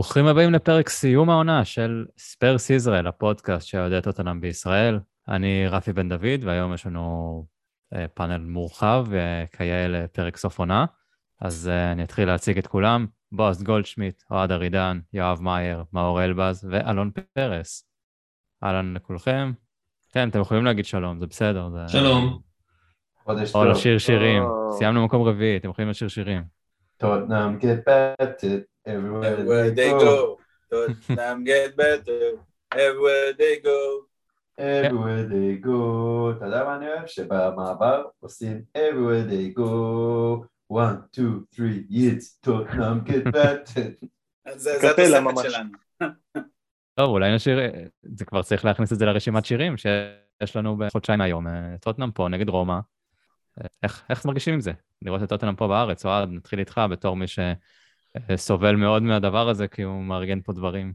ברוכים הבאים לפרק סיום העונה של ספרס ישראל, הפודקאסט שיודע טוטנהאם בישראל. אני רפי בן דוד, והיום יש לנו פאנל מורחב, וכיאה לפרק סוף עונה. אז אני אתחיל להציג את כולם. בועז גולדשמיט, אוהד ארידן, יואב מאייר, מאור אלבז ואלון פרס. אהלן לכולכם. כן, אתם יכולים להגיד שלום, זה בסדר. שלום. או לשיר שירים. סיימנו מקום רביעי, אתם יכולים לשיר שירים. Tottenham get battered everywhere Everywhere they they go. go, Tottenham get better. Everywhere they go. Everywhere they go. אתה יודע מה אני אוהב? שבמעבר עושים everywhere they go. 1, 2, 3, it's Tottenham get battered. זה התוספת שלנו. טוב, אולי נשאיר, זה כבר צריך להכניס את זה לרשימת שירים שיש לנו בחודשיים היום. טוטנהאם פה נגד רומא. איך מרגישים עם זה? לראות את טוטנהאם פה בארץ, אוהד, נתחיל איתך בתור מי שסובל מאוד מהדבר הזה, כי הוא מארגן פה דברים.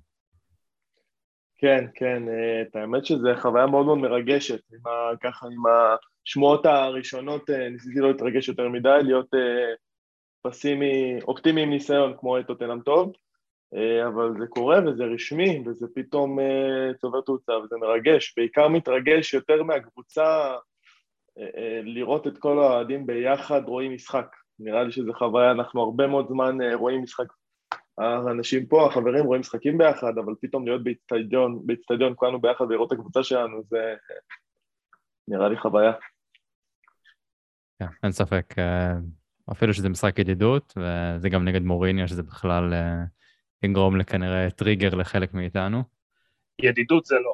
כן, את האמת שזה חוויה מאוד מאוד מרגשת, ככה עם השמועות הראשונות ניסיתי לא להתרגש יותר מדי, להיות פסימי, אופטימי עם ניסיון כמו טוטנהאם טוב, אבל זה קורה וזה רשמי, וזה פתאום צובר תאוצה וזה מרגש, בעיקר מתרגש יותר מהקבוצה, לראות את כל האוהדים ביחד רואים משחק, נראה לי שזה חוויה, אנחנו הרבה מאוד זמן רואים משחק, האנשים פה, החברים רואים משחקים ביחד, אבל פתאום להיות באצטדיון כולנו ביחד ולראות את הקבוצה שלנו, זה נראה לי חוויה. כן, אין ספק, אפילו שזה משחק ידידות, וזה גם נגד מוריניו, שזה בכלל יגרום לכנראה טריגר לחלק מאיתנו. ידידות זה לא.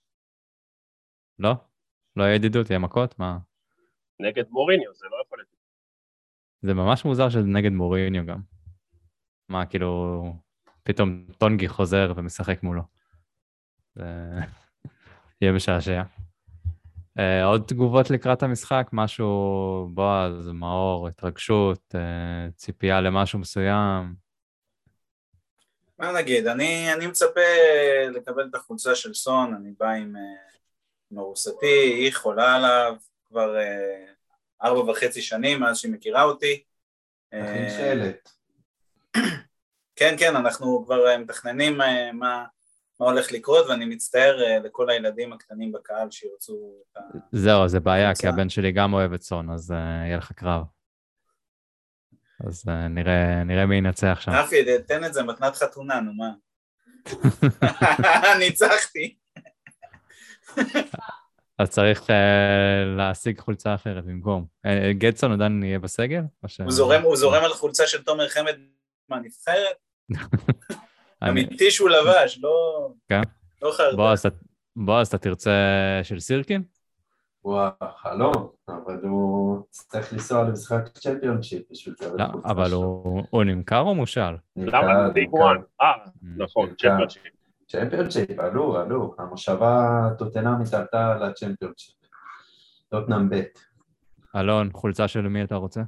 לא? לא יהיה ידידות, יהיה מכות? מה? נגד מוריניו, זה לא יכול להיות. זה ממש מוזר שזה נגד מוריניו גם. מה, כאילו, פתאום טונגי חוזר ומשחק מולו. זה יהיה בשעשע. עוד תגובות לקראת המשחק, משהו, בועז, מאור, התרגשות, ציפייה למשהו מסוים. מה נגיד, אני מצפה לקבל את החולצה של סון, אני בא עם מרוסתי, היא חולה עליו, כבר 4.5 שנים מאז שהיא מכירה אותי. הכין שלט. כן, אנחנו כבר מתכננים מה הולך לקרות, ואני מצטער לכל הילדים הקטנים בקהל שירצו את זהו, זה בעיה, כי הבן שלי גם אוהב את סון, אז יהיה לך קרב. אז נראה מי ינצח שם. רפי, תן את זה, מתנת חתונה, נו מה? ניצחתי. אז צריך להשיג חולצה אחרת במקום. גדסון עדיין יהיה בסגל? הוא זורם על חולצה של תומר חמד מהנבחרת? אמיתי שהוא לבש, לא חרדה. בועז, אתה תרצה של סירקין? וואו, חלום, אבל הוא צריך לנסוע למשחק צ'מפיונשיפ בשביל זה. לא, אבל הוא נמכר או מושל? למה? דיגואן. נכון, צ'מפיונשיפ. צ'מפיונשיפ, עלו. המושבה טוטנהאם התעלתה לצ'מפיונשיפ. טוטנהאם ב'. אלון, חולצה של מי אתה רוצה?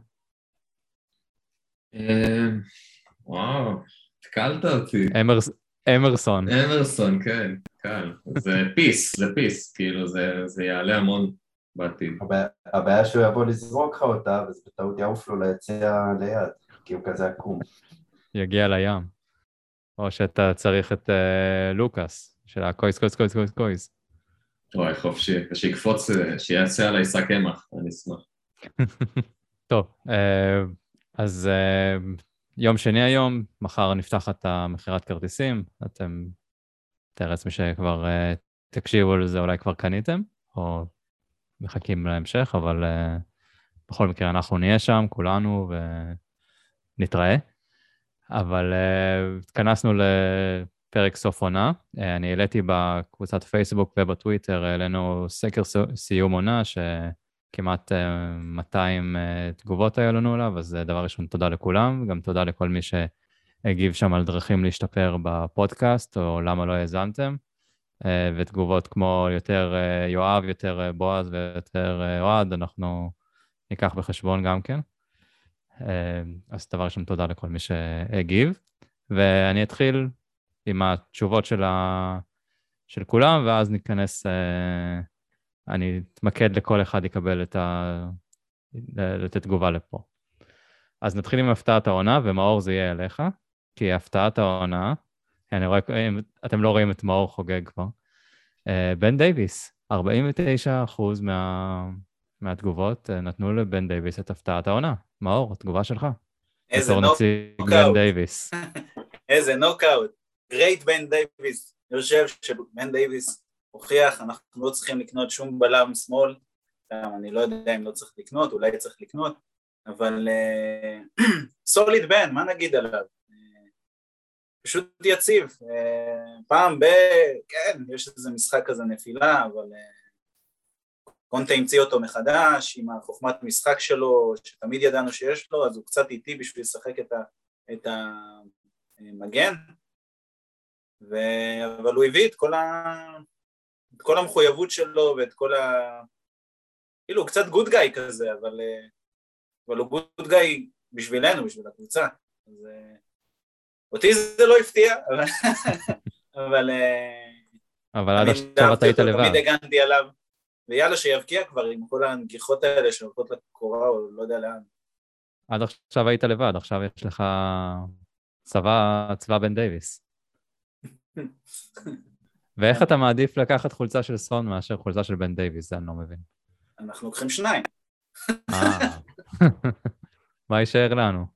וואו, תקלת אותי. אמרסון, כן, קל. זה פיס, כאילו זה יעלה המון בעתיד. הבעיה שהוא יבוא לזרוק לך אותה, וזה בטעות יעוף לו ליציע ליד, כי הוא כזה עקום. יגיע לים. או שאתה צריך את לוקאס, של הקויס. אוי, חופשי, שיקפוץ, שיעשה עליי שק קמח, אני אשמח. טוב, אז יום שני היום, מחר נפתח את המכירת כרטיסים, אתם תרץ מי שכבר תקשיבו לזה, אולי כבר קניתם, או מחכים להמשך, אבל בכל מקרה אנחנו נהיה שם, כולנו, ונתראה. אבל התכנסנו לפרק סוף עונה, אני העליתי בקבוצת פייסבוק ובטוויטר, העלינו סקר סיום עונה, כמעט 200 תגובות היו לנו עליו, אז דבר ראשון, תודה לכולם, גם תודה לכל מי שהגיב שם על דרכים להשתפר בפודקאסט, או למה לא האזנתם, ותגובות כמו יותר יואב, יותר בועז ויותר אוהד, אנחנו ניקח בחשבון גם כן. אז דבר ראשון, תודה לכל מי שהגיב, ואני אתחיל עם התשובות של כולם, ואז ניכנס... אני אתמקד לכל אחד יקבל לתת תגובה לפה. אז נתחיל עם הפתעת העונה, ומאור זה יהיה אליך, כי הפתעת העונה אני רואה, אתם לא רואים את מאור חוגג כבר. בן דייביס, 49% מהתגובות נתנו לבן דייביס את הפתעת העונה. מאור, התגובה שלך. איזה בתור נציג בן נוקאוט. דייביס. איזה נוקאוט. גרייט בן דייביס. אני חושב שבן דייביס הוכיח, אנחנו לא צריכים לקנות שום בלם שמאל. אני לא יודע אם לא צריך לקנות, אולי צריך לקנות, אבל סוליד בן, מה נגיד עליו? פשוט יציב. פעם כן, יש איזה משחק כזה נפילה, אבל קונטה המציא אותו מחדש, עם החוכמת משחק שלו, שתמיד ידענו שיש לו, אז הוא קצת איטי בשביל לשחק את המגן, אבל הוא הביא את כל המחויבות שלו, ואת כל כאילו, הוא קצת גוד גאי כזה, אבל הוא גוד גאי בשבילנו, בשביל הקבוצה. אז אותי זה לא הפתיע, אבל עד עכשיו אתה היית לבד. תמיד הגנתי עליו, ויאללה שיבקיע כבר עם כל הנגיחות האלה שהולכות לקורה, או לא יודע לאן. עד עכשיו היית לבד, עכשיו יש לך צבא בן דייביס. ואיך אתה מעדיף לקחת חולצה של סון מאשר חולצה של בן דייביס? זה אני לא מבין. אנחנו לוקחים 2. מה יישאר לנו?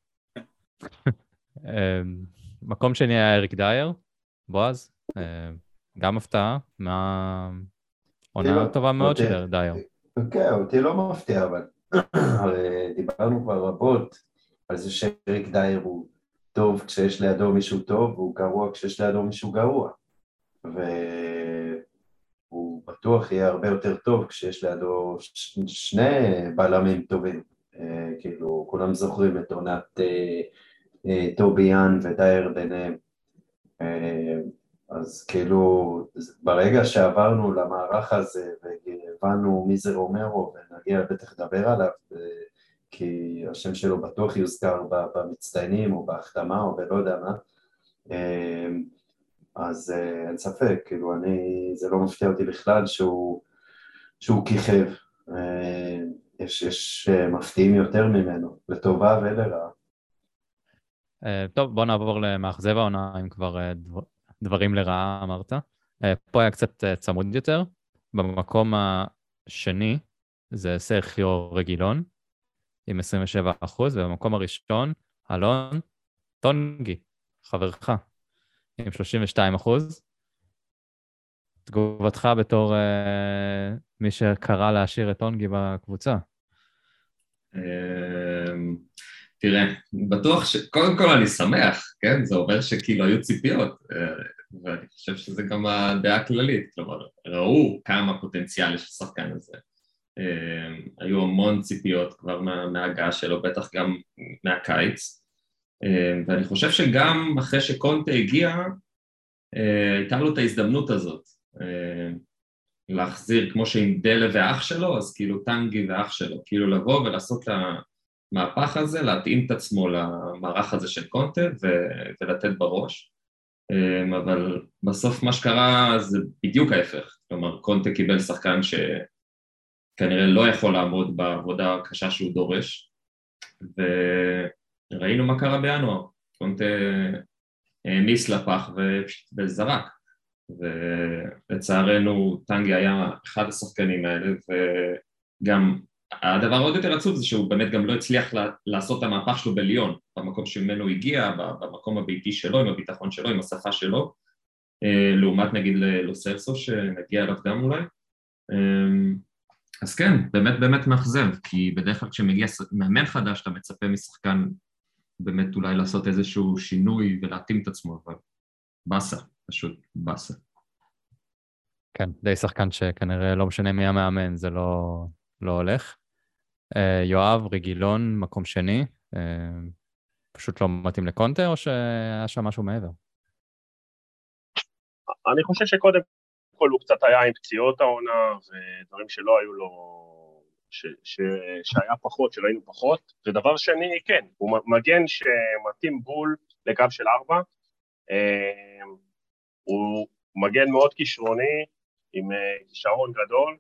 מקום שני היה אריק דייר, בועז, גם הפתעה, עונה טובה מאוד של אריק דייר. כן, אותי לא מפתיע, אבל הרי דיברנו כבר רבות על זה שאריק דייר הוא טוב כשיש לידו מישהו טוב, והוא גרוע כשיש לידו מישהו גרוע. והוא בטוח יהיה הרבה יותר טוב כשיש לידו שני בלמים טובים. כאילו, כולם זוכרים את עונת טוביאן ודייר ביניהם. אז כאילו, ברגע שעברנו למערך הזה והבנו מי זה רומרו, ונגיע בטח לדבר עליו, כי השם שלו בטוח יוזכר במצטיינים או בהחתמה או בלא יודע מה, אז אין ספק, כאילו זה לא מפתיע אותי בכלל שהוא כיכב, יש מפתיעים יותר ממנו, לטובה ולרעה. טוב, בוא נעבור למאכזב העונה, אם כבר דברים לרעה אמרת. פה היה קצת צמוד יותר. במקום השני זה סרחיו רגילון, עם 27%, ובמקום הראשון, אלון טונגי, חברך, עם 32%. תגובתך בתור מי שקרא להשאיר את טונגי בקבוצה. תראה, בטוח קודם כל אני שמח, כן? זה אומר שכאילו היו ציפיות, ואני חושב שזה גם הדעה הכללית, כלומר, ראו כמה פוטנציאל יש לשחקן הזה. היו המון ציפיות כבר מההגעה שלו, בטח גם מהקיץ, ואני חושב שגם אחרי שקונטה הגיע, הייתה לו את ההזדמנות הזאת, להחזיר כמו שעם דלה ואח שלו, אז כאילו טנגי ואח שלו, כאילו לבוא ולעשות מהפך הזה, להתאים את עצמו למערך הזה של קונטה ולתת בראש, אבל בסוף מה שקרה זה בדיוק ההפך, כלומר קונטה קיבל שחקן שכנראה לא יכול לעמוד בעבודה הקשה שהוא דורש, וראינו מה קרה בינואר, קונטה העמיס לפח וזרק, ולצערנו טנגי היה אחד השחקנים האלה, וגם הדבר עוד יותר עצוב זה שהוא באמת גם לא הצליח לעשות את המהפך שלו בליון, במקום שממנו הוא הגיע, במקום הביתי שלו, עם הביטחון שלו, עם השפה שלו, לעומת נגיד לוסלסו שנגיע אליו גם אולי. אז כן, באמת מאכזב, כי בדרך כלל כשמגיע מאמן חדש אתה מצפה משחקן באמת אולי לעשות איזשהו שינוי ולהתאים את עצמו, אבל בסה, פשוט בסה. כן, די שחקן שכנראה לא משנה מי המאמן, זה לא הולך. יואב, רגילון, מקום שני, פשוט לא מתאים לקונטה, או שהיה שם משהו מעבר? אני חושב שקודם כל הוא קצת היה עם פציעות העונה, ודברים שלא היו לו, שהיה פחות, שראינו פחות, ודבר שני, כן, הוא מגן שמתאים בול לקו של 4, הוא מגן מאוד כישרוני, עם כישרון גדול,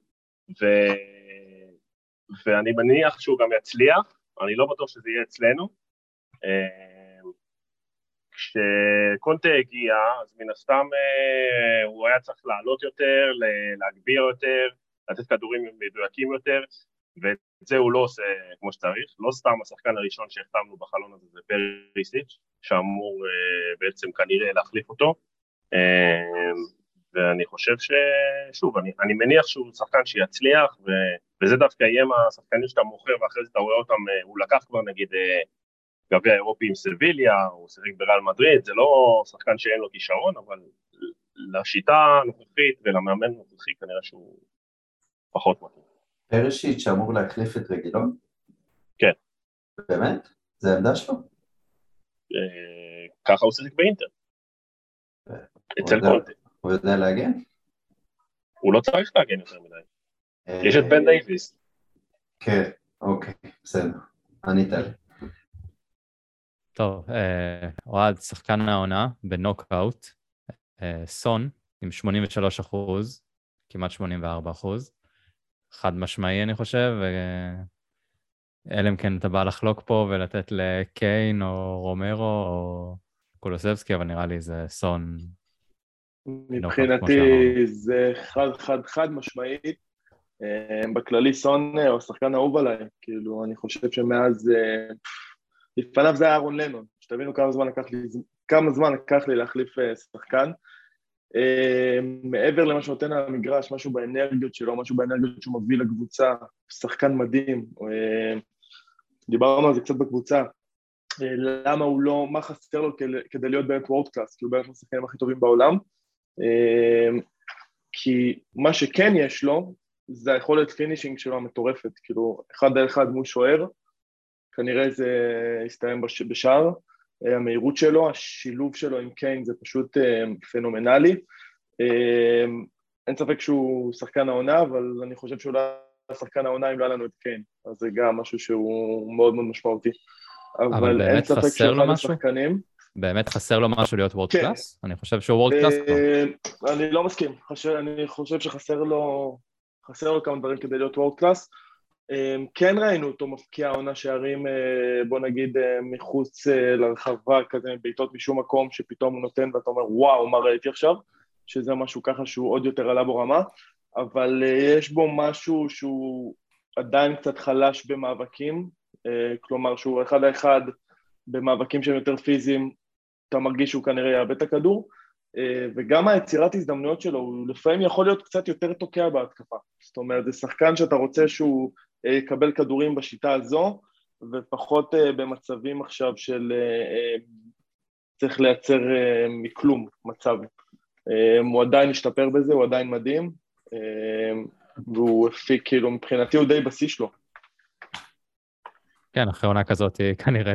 ואני מניח שהוא גם יצליח, אני לא בטוח שזה יהיה אצלנו, כשקונטה הגיע, אז מן הסתם הוא היה צריך לעלות יותר, להגביר יותר, לתת כדורים מדויקים יותר, ואת זה הוא לא עושה כמו שצריך. לא סתם השחקן הראשון שהחתמנו בחלון הזה זה פריסיץ', שאמור בעצם כנראה להחליף אותו, ואני חושב ששוב, אני מניח שהוא שחקן שיצליח, וזה דווקא יהיה מהשחקנים שאתה מוכר, ואחרי זה אתה רואה אותם, הוא לקח כבר נגיד גביע אירופי עם סביליה, הוא שיחק בריאל מדריד, זה לא שחקן שאין לו כישרון, אבל לשיטה הנוכחית ולמאמן הנוכחי כנראה שהוא פחות מתאים. פרישיץ' שאמור להחליף את רגילון? כן. באמת? זה העמדה שלו? ככה הוא שיחק באינטר. אצל קונטה. הוא יודע להגן? הוא לא צריך להגן יותר מדי. יש את בן דייביס. כן, אוקיי, בסדר. ענית לי. טוב, אוהד, שחקן העונה בנוקאוט, סון עם 83%, כמעט 84%, חד משמעי אני חושב, אלא אם כן אתה בא לחלוק פה ולתת לקיין או רומרו או קולוסבסקי, אבל נראה לי זה סון. מבחינתי זה חד משמעית, בכללי סון הוא השחקן האהוב עליי, כאילו אני חושב שמאז, לפניו זה היה אהרון לנון, שתבינו כמה זמן לקח לי להחליף שחקן, מעבר למה שנותן על המגרש, משהו באנרגיות שלו, משהו באנרגיות שהוא מביא לקבוצה, שחקן מדהים, דיברנו על זה קצת בקבוצה, למה הוא לא, מה חסר לו כדי להיות באמת וורד קלאס, כאילו באמת השחקנים הכי טובים בעולם, כי מה שכן יש לו, זה היכולת פינישינג שלו המטורפת, כאילו 1-1 מול שוער, כנראה זה יסתיים בשער, המהירות שלו, השילוב שלו עם קיין זה פשוט פנומנלי, אין ספק שהוא שחקן העונה, אבל אני חושב שהוא לא שחקן העונה אם לא היה לנו את קיין, אז זה גם משהו שהוא מאוד מאוד משמעותי. אבל באמת חסר לו משהו? באמת חסר לו משהו להיות וורד קלאס? אני חושב שהוא וורד קלאס כבר. אני לא מסכים, אני חושב שחסר לו כמה דברים כדי להיות וורד קלאס, כן ראינו אותו מפקיע העונה שערים, בוא נגיד מחוץ לרחבה כזה, בעיטות משום מקום שפתאום הוא נותן ואתה אומר וואו מה ראיתי עכשיו, שזה משהו ככה שהוא עוד יותר עלה בו רמה, אבל יש בו משהו שהוא עדיין קצת חלש במאבקים, כלומר שהוא 1-1 במאבקים שהם יותר פיזיים, אתה מרגיש שהוא כנראה יאבד את הכדור, וגם היצירת הזדמנויות שלו, הוא לפעמים יכול להיות קצת יותר תוקע בהתקפה, זאת אומרת זה שחקן שאתה רוצה שהוא יקבל כדורים בשיטה הזו, ופחות במצבים עכשיו של צריך לייצר מכלום מצב, הוא עדיין השתפר בזה, הוא עדיין מדהים, והוא הפיק כאילו מבחינתי הוא די בשיא שלו. כן, אחרי עונה כזאת כנראה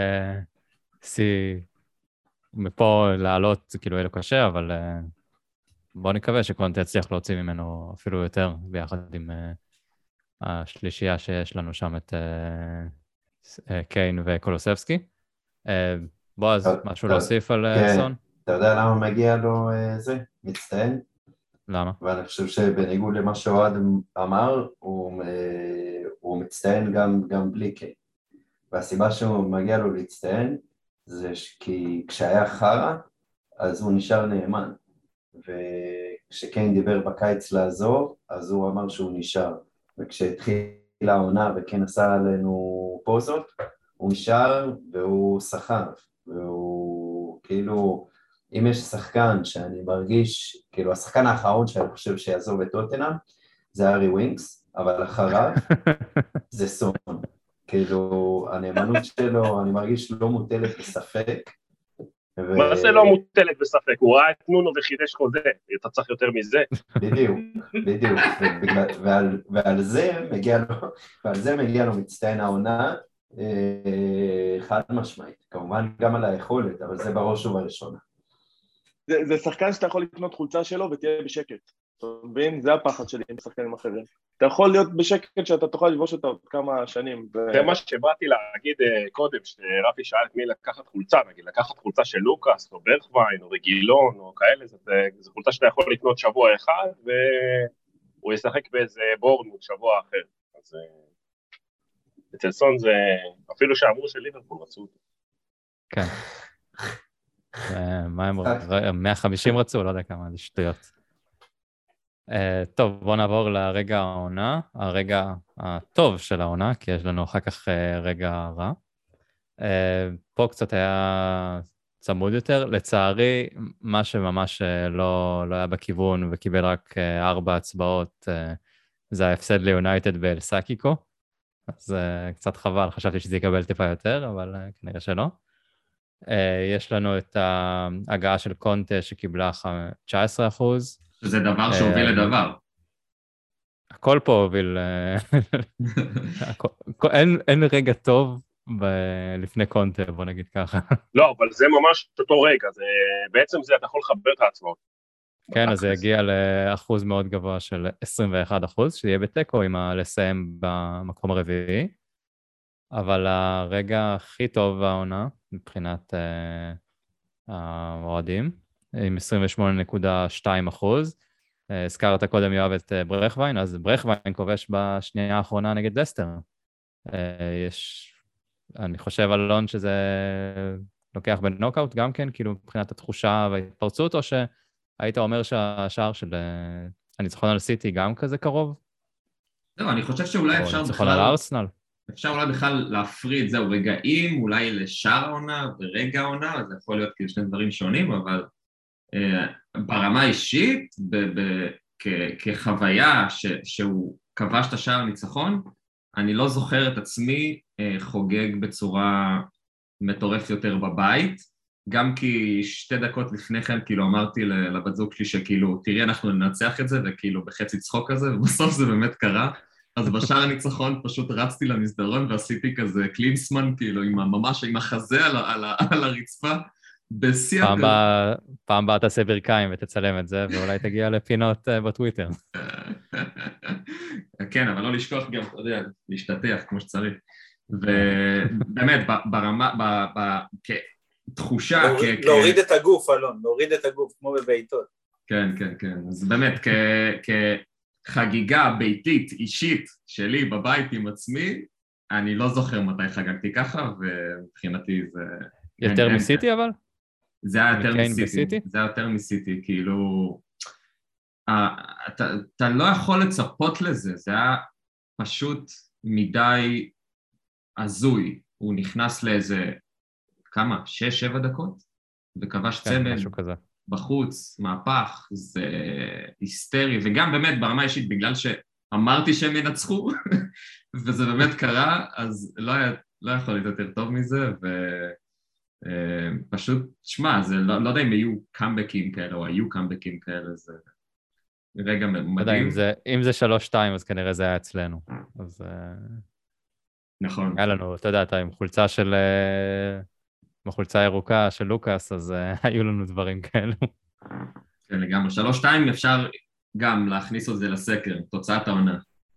מפה לעלות זה כאילו יהיה לו קשה, אבל בואו נקווה שקונטה יצליח להוציא ממנו אפילו יותר, ביחד עם השלישייה שיש לנו שם את קיין וקולוסבסקי. בועז, משהו להוסיף על סון? אתה יודע למה מגיע לו זה? מצטיין? למה? ואני חושב שבניגוד למה שאוהד אמר, הוא מצטיין גם בלי קיין. והסיבה שהוא מגיע לו להצטיין, זה כי כשהיה חרה, אז הוא נשאר נאמן. וכשקיין דיבר בקיץ לעזור, אז הוא אמר שהוא נשאר. וכשהתחילה העונה וקיין עשה עלינו פוזות, הוא נשאר והוא שחר. והוא כאילו, אם יש שחקן שאני מרגיש, כאילו השחקן האחרון שאני חושב שיעזור בטוטנהאם, זה ארי ווינקס, אבל אחריו זה סון. כאילו, הנאמנות שלו, אני מרגיש לא מוטלת בספק. מה זה לא מוטלת בספק? הוא ראה את נונו וחידש חוזה, אתה צריך יותר מזה. בדיוק. ועל זה מגיע לו מצטיין העונה, חד משמעית. כמובן גם על היכולת, אבל זה בראש ובראשונה. זה שחקן שאתה יכול לקנות חולצה שלו ותהיה בשקט. אתה מבין? זה הפחד שלי עם שחקנים אחרים. אתה יכול להיות בשקט שאתה תוכל לבוש אותה עוד כמה שנים. זה מה שבאתי להגיד קודם, שרפי שאל את מי לקחת חולצה, נגיד לקחת חולצה של לוקאס, או ברכווין, או רגילון, או כאלה, זו חולצה שאתה יכול לקנות שבוע אחד, והוא ישחק באיזה בורנמוט שבוע אחר. אז אצל סון זה, אפילו שאמרו של ליברפול רצו אותו. כן. מה הם 150 רצו, לא יודע כמה, זה שטויות. טוב, בואו נעבור לרגע העונה, הרגע הטוב של העונה, כי יש לנו אחר כך רגע רע. פה קצת היה צמוד יותר. לצערי, מה שממש לא היה בכיוון וקיבל רק 4 הצבעות, זה ההפסד ליונייטד באלסקיקו. אז קצת חבל, חשבתי שזה יקבל טיפה יותר, אבל כנראה שלא. יש לנו את ההגעה של קונטה שקיבלה 19%. שזה דבר שהוביל לדבר. הכל פה הוביל... אין רגע טוב לפני קונטה, בוא נגיד ככה. לא, אבל זה ממש אותו רגע, בעצם זה אתה יכול לחבר את העצמאות. כן, אז זה יגיע לאחוז מאוד גבוה של 21%, שיהיה בטקו עם לסיים במקום הרביעי. אבל הרגע הכי טוב בעונה, מבחינת האוהדים, עם 28.2%. הזכרת קודם יואב את ברכווין, אז ברכווין כובש בשנייה האחרונה נגד לסטר. אני חושב אלון שזה לוקח בנוקאוט גם כן, כאילו מבחינת התחושה וההתפרצות, או שהיית אומר שהשער של הניצחון על סיטי גם כזה קרוב? לא, אני חושב שאולי אפשר בכלל... ניצחון על ארסנל? אפשר אולי בכלל להפריד, זהו, רגעים, אולי לשער העונה ורגע העונה, זה יכול להיות כאילו שני דברים שונים, אבל ברמה אישית, כחוויה שהוא כבש את השער הניצחון, אני לא זוכר את עצמי חוגג בצורה מטורפת יותר בבית, גם כי 2 דקות לפני כן כאילו אמרתי לבת זוג שלי שכאילו תראי אנחנו ננצח את זה וכאילו בחצי צחוק כזה, ובסוף זה באמת קרה. אז בשער הניצחון פשוט רצתי למסדרון ועשיתי כזה קלינסמן, כאילו ממש עם החזה על הרצפה, בשיא הכזה. פעם באה תעשה ברכיים ותצלם את זה, ואולי תגיע לפינות בטוויטר. כן, אבל לא לשכוח גם, אתה יודע, להשתתח כמו שצריך. ובאמת, ברמה, כתחושה... להוריד את הגוף, אלון, להוריד את הגוף, כמו בביתות. כן, כן, כן. אז באמת, חגיגה ביתית, אישית, שלי בבית עם עצמי, אני לא זוכר מתי חגגתי ככה, ומבחינתי זה... יותר מסיטי אבל? זה היה יותר מסיטי, זה היה יותר מסיטי, כאילו... אתה לא יכול לצפות לזה, זה היה פשוט מדי הזוי. הוא נכנס לאיזה, כמה? 6-7 דקות? וכבש צמד. משהו כזה. בחוץ, מהפך, זה היסטרי, וגם באמת ברמה אישית, בגלל שאמרתי שהם ינצחו, וזה באמת קרה, אז לא יכול להיות יותר טוב מזה, ופשוט, תשמע, לא יודע אם היו קאמבקים כאלה, או היו קאמבקים כאלה, זה רגע מדהים. אם זה 3-2, אז כנראה זה היה אצלנו. אז... נכון. היה לנו, אתה יודע, אתה עם חולצה של... בחולצה הירוקה של לוקאס, אז היו לנו דברים כאלו. כן, לגמרי. 3-2 אפשר גם להכניס את זה לסקר, תוצאת העונה.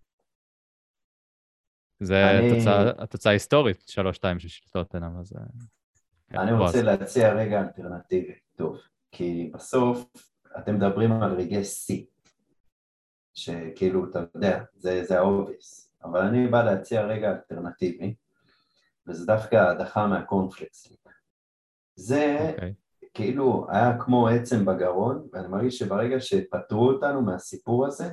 זה התוצאה היסטורית, 3-2 של טוטנהאם, אז... אני רוצה להציע רגע אלטרנטיבי, טוב, כי בסוף אתם מדברים על רגעי שיא, שכאילו, אתה יודע, זה האובייס, אבל אני בא להציע רגע אלטרנטיבי, וזה דווקא הדחה מהקורנפלקס ליג. זה כאילו היה כמו עצם בגרון, ואני מרגיש שברגע שפטרו אותנו מהסיפור הזה,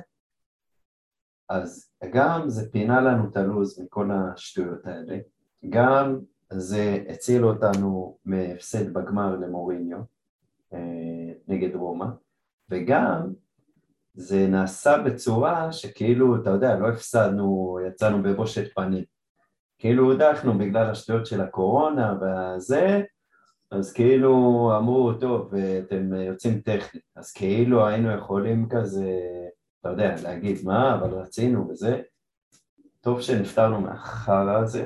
אז גם זה פינה לנו את הלוז מכל השטויות האלה, גם זה הציל אותנו מהפסד בגמר למוריניו נגד רומא, וגם זה נעשה בצורה שכאילו, אתה יודע, לא הפסדנו, יצאנו בבושת פנים. כאילו הודחנו בגלל השטויות של הקורונה וזה, אז כאילו אמרו, טוב, אתם יוצאים טכנית, אז כאילו היינו יכולים כזה, אתה יודע, להגיד מה, אבל רצינו וזה, טוב שנפטרנו מהחרא הזה,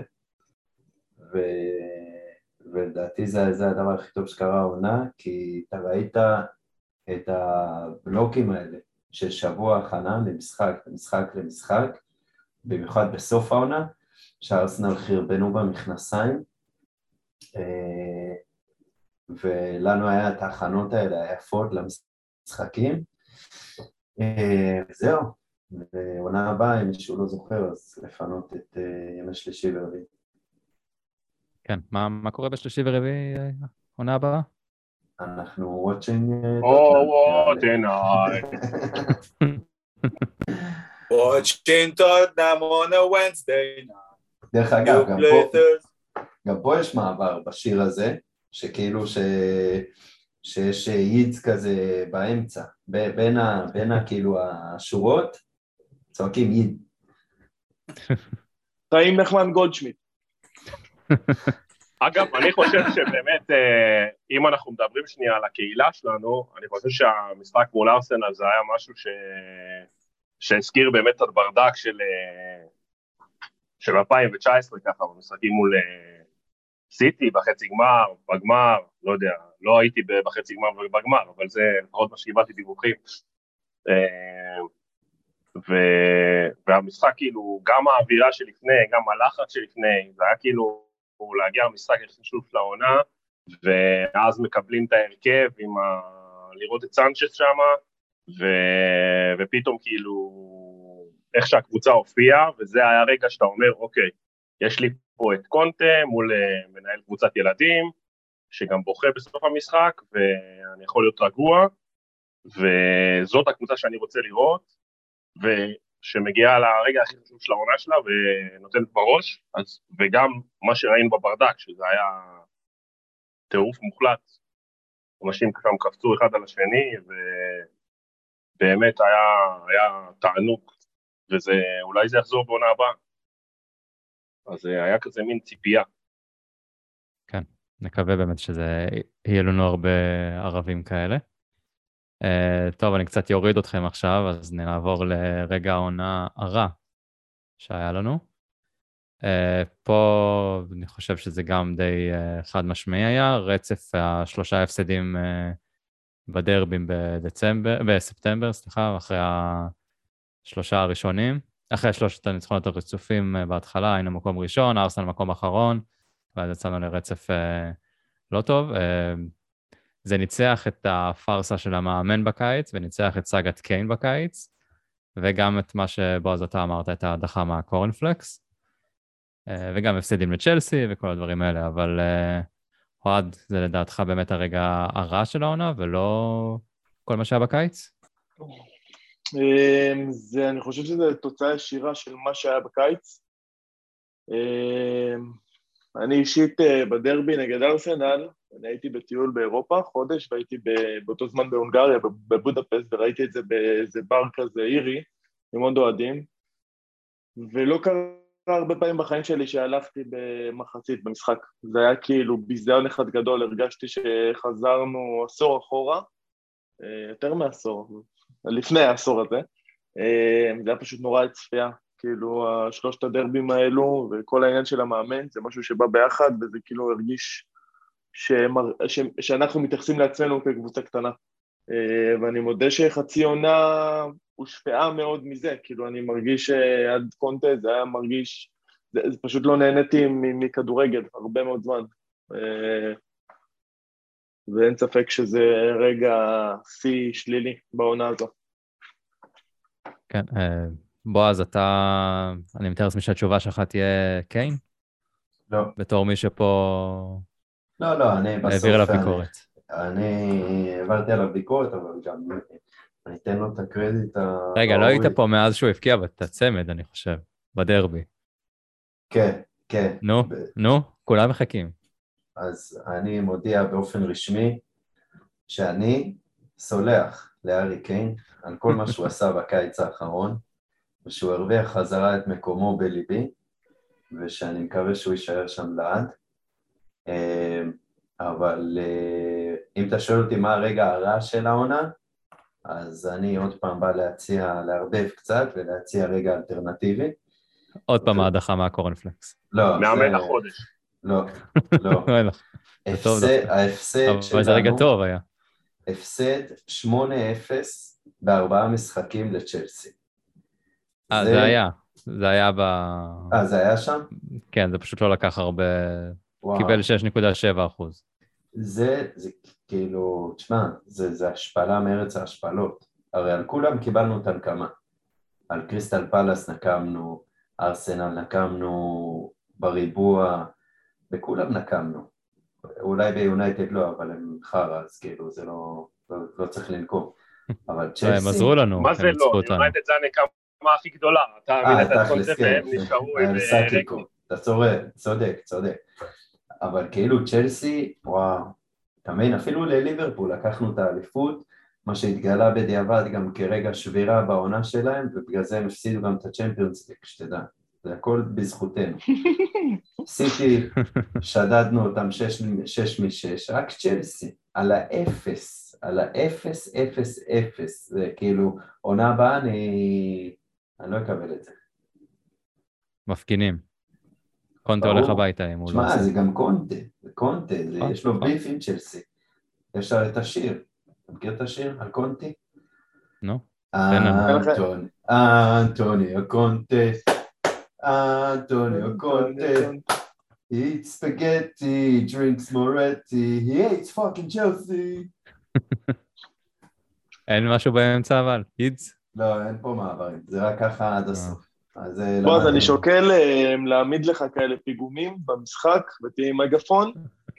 ולדעתי זה הדבר הכי טוב שקרה העונה, כי אתה ראית את הבלוקים האלה של שבוע הכנה ממשחק למשחק, במיוחד בסוף העונה, שארסנל חרבנו במכנסיים, ולנו היה את ההכנות האלה היפות למשחקים, זהו, ועונה הבאה, אם מישהו לא זוכר, אז לפנות את ימי שלישי ורביעי. כן, מה קורה בשלישי ורביעי, עונה הבאה? אנחנו watching tonight. watching Tottenham on a Wednesday night. דרך אגב, גם פה יש מעבר בשיר הזה, שכאילו שיש יידס כזה באמצע, בין כאילו השורות, צועקים ייד. חיים נחמן גולדשמיט. אגב, אני חושב שבאמת, אם אנחנו מדברים שנייה על הקהילה שלנו, אני חושב שהמשחק מול ארסנל זה היה משהו שהזכיר באמת את הברדק של 2019 ככה, במשחקים מול סיטי, בחצי גמר, בגמר, לא יודע, לא הייתי בחצי גמר ובגמר, אבל זה לפחות מה שקיבלתי דיווחים. והמשחק כאילו, גם האווירה שלפני, גם הלחץ שלפני, זה היה כאילו להגיע למשחק החשוב של העונה, ואז מקבלים את ההרכב לראות את סנצ'ס שם, ופתאום כאילו, איך שהקבוצה הופיעה, וזה היה רגע שאתה אומר, אוקיי, יש לי פה את קונטה מול מנהל קבוצת ילדים, שגם בוכה בסוף המשחק, ואני יכול להיות רגוע, וזאת הקבוצה שאני רוצה לראות, ושמגיעה לרגע הכי חשוב של העונה שלה, ונותנת בראש, וגם מה שראינו בברדק, שזה היה טירוף מוחלט, אנשים כמה קפצו אחד על השני, ובאמת היה תענוג, ואולי זה יחזור בעונה הבאה. אז היה כזה מין ציפייה. כן, נקווה באמת שזה יהיה לנו הרבה ערבים כאלה. טוב, אני קצת יוריד אתכם עכשיו, אז נעבור לרגע העונה הרע שהיה לנו. פה אני חושב שזה גם די חד משמעי היה, רצף השלושה הפסדים בדרבים בספטמבר, אחרי השלושה הראשונים, אחרי שלושת הניצחונות הרצופים בהתחלה, היינו מקום ראשון, ארסנל מקום אחרון, ואז יצאנו לרצף לא טוב. זה ניצח את הפרסה של המאמן בקיץ, וניצח את סאגת קיין בקיץ, וגם את מה שבועז אתה אמרת, את ההדחה מהקורנפלקס, וגם הפסדים לצ'לסי וכל הדברים האלה, אבל אוהד, זה לדעתך באמת הרגע הרע של העונה, ולא כל מה שהיה בקיץ? אני חושב שזה תוצאה ישירה של מה שהיה בקיץ. אני אישית בדרבי נגד ארסנל, אני הייתי בטיול באירופה חודש, והייתי באותו זמן בהונגריה, בבודפסט, וראיתי את זה באיזה בר כזה אירי, עם עוד אוהדים, ולא קרה הרבה פעמים בחיים שלי שהלכתי במחצית במשחק. זה היה כאילו ביזיון אחד גדול, הרגשתי שחזרנו עשור אחורה, יותר מעשור, לפני העשור הזה, זה היה פשוט נורא צפייה, כאילו שלושת הדרבים האלו וכל העניין של המאמן, זה משהו שבא ביחד, וזה כאילו הרגיש שאנחנו מתייחסים לעצמנו כקבוצה קטנה, ואני מודה שחצי עונה הושפעה מאוד מזה, כאילו אני מרגיש שעד קונטה זה היה מרגיש, זה פשוט לא נהניתי מכדורגל הרבה מאוד זמן, ואין ספק שזה רגע שיא שלילי בעונה הזו. כן, בועז, אני מתאר לעצמי שהתשובה שלך תהיה קיין? לא. בתור מי שפה... לא, אני בסוף... העביר עליו ביקורת. אני העברתי עליו ביקורת, אבל גם אני אתן לו את הקרדיט. רגע, לא היית פה מאז שהוא הפקיע את הצמד, אני חושב, בדרבי. כן. נו, כולם מחכים. אז אני מודיע באופן רשמי שאני סולח להארי קיין על כל מה שהוא עשה בקיץ האחרון, ושהוא הרוויח חזרה את מקומו בליבי, ושאני מקווה שהוא יישאר שם לעד. אבל אם אתה שואל אותי מה הרגע הרע של העונה, אז אני עוד פעם בא לערבב קצת ולהציע רגע אלטרנטיבי. עוד פעם ההדחה מהקורנפלקס. לא. מאמן החודש. לא. ההפסד שלנו... אבל זה רגע טוב היה. הפסד 8-0 ב4 משחקים לצ'לסי. זה היה. זה היה זה היה שם? כן, זה פשוט לא לקח הרבה... קיבל 6.7%. זה כאילו, תשמע, זה השפלה מארץ ההשפלות. הרי על כולם קיבלנו אותם כמה. על קריסטל פלאס נקמנו, ארסנל נקמנו, בריבוע, בכולם נקמנו. אולי ביונייטד לא, אבל הם חרא, אז כאילו זה לא צריך לנקום. אבל צ'לסי... הם עזרו לנו, מה הם זה לא? ניצחו אותנו. יונייטד זה הנקמה הכי גדולה. אתה מילאת את כל זה תכלס, כן, והם נשארו עם רקורד. אתה צודק. אבל כאילו צ'לסי, וואו, תמיד, אפילו לליברפול לקחנו את האליפות, מה שהתגלה בדיעבד גם כרגע שבירה בעונה שלהם, ובגלל זה הם הפסידו גם את הצ'מפיונס ליג, שתדע. זה הכל בזכותנו. סיטי, שדדנו אותם 6 מ-6, רק צ'לסי, על האפס, זה כאילו, עונה הבאה אני לא אקבל את זה. מפגינים. קונטה הולך הביתה אם הוא לא עושה. שמע, זה גם קונטה, יש לו ביף עם צ'לסי. יש לו את השיר, אתה מכיר את השיר על קונטי? נו. אנטוניו קונטה, he eats spaghetti, drinks Moretti, he hates fucking Chelsea. אין משהו באמצע אבל, הידס? לא, אין פה מעברים, זה רק ככה עד הסוף. אז אני שוקל להעמיד לך כאלה פיגומים במשחק, ותהיה עם מגפון,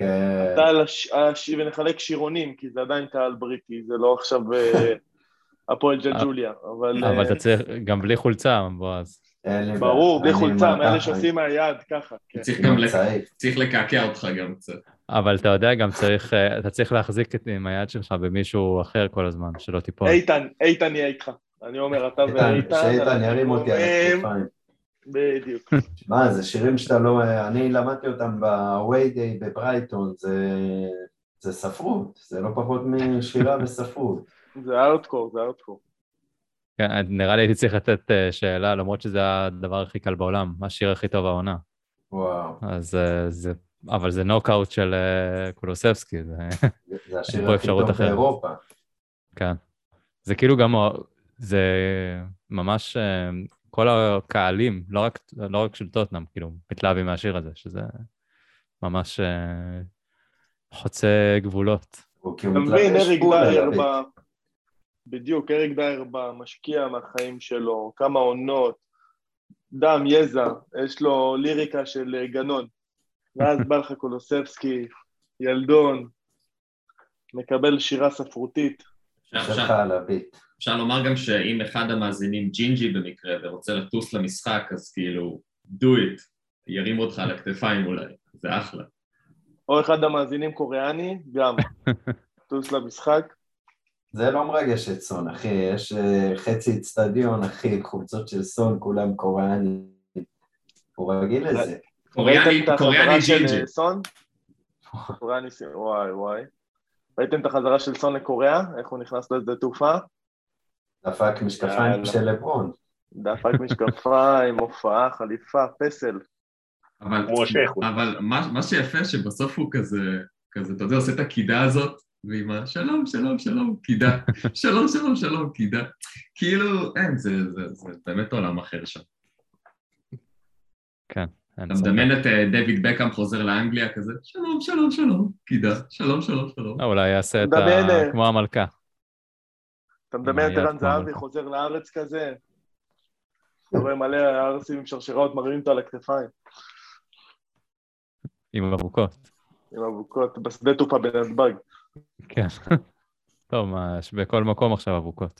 ונחלק שירונים, כי זה עדיין קהל בריטי, זה לא עכשיו הפועל ג'לג'וליה, אבל אתה צריך גם בלי חולצה, בועז. ברור, בלי חולצה, מאלה שעושים מהיד, ככה. צריך לקעקע אותך גם קצת. אבל אתה יודע, גם אתה צריך להחזיק עם היד שלך במישהו אחר כל הזמן, שלא תיפול. איתן יהיה איתך. אני אומר, אתה ואיתן... שאיתן ירים אותי על הכתפיים. בדיוק. מה, זה שירים שאתה לא... אני למדתי אותם ב-Away Day בברייטון, זה ספרות, זה לא פחות משירה וספרות. זה ארטקור. כן, נראה לי הייתי צריך לתת שאלה, למרות שזה הדבר הכי קל בעולם, מה השיר הכי טוב העונה. וואו. אז אבל זה נוקאוט של קולוסבסקי. זה השיר הכי טוב באירופה. כן. זה כאילו גם, זה ממש, כל הקהלים, לא רק של טוטנהאם, כאילו, מתלהבים מהשיר הזה, שזה ממש חוצה גבולות. אתה מבין, אריק דייר בדיוק, אריק דייר משקיע מהחיים שלו, כמה עונות, דם, יזע, יש לו ליריקה של גנון, ואז בא לך קולוסבסקי, ילדון, מקבל שירה ספרותית. שלך על הביט. אפשר לומר גם שאם אחד המאזינים ג'ינג'י במקרה ורוצה לטוס למשחק, אז כאילו, do it, ירים אותך על הכתפיים אולי, זה אחלה. או אחד המאזינים קוריאני, גם, טוס למשחק. זה לא מרגש את סון, אחי, יש חצי אצטדיון, אחי, חולצות של סון, כולם קוריאני, הוא רגיל לזה. קוריאני ג'ינג'י. קוריאני, וואי. ראיתם את החזרה של סון לקוריאה? איך הוא נכנס לשדה תעופה? דפק משקפיים של לברון. דפק משקפיים, הופעה, חליפה, פסל. אבל מה שיפה שבסוף הוא כזה, אתה יודע, עושה את הקידה הזאת, ועם שלום, קידה, שלום, קידה. כאילו, אין, זה באמת עולם אחר שם. כן. אתה מדמיין את דויד בקאם חוזר לאנגליה כזה, שלום, קידה, שלום. אולי יעשה את כמו המלכה. אתה מדמיין את ערן זהבי חוזר לארץ כזה, אתה רואה מלא הארסים עם שרשראות מרימים אותו על הכתפיים. עם אבוקות, בשדה תעופה בנתב"ג. כן. טוב, בכל מקום עכשיו אבוקות.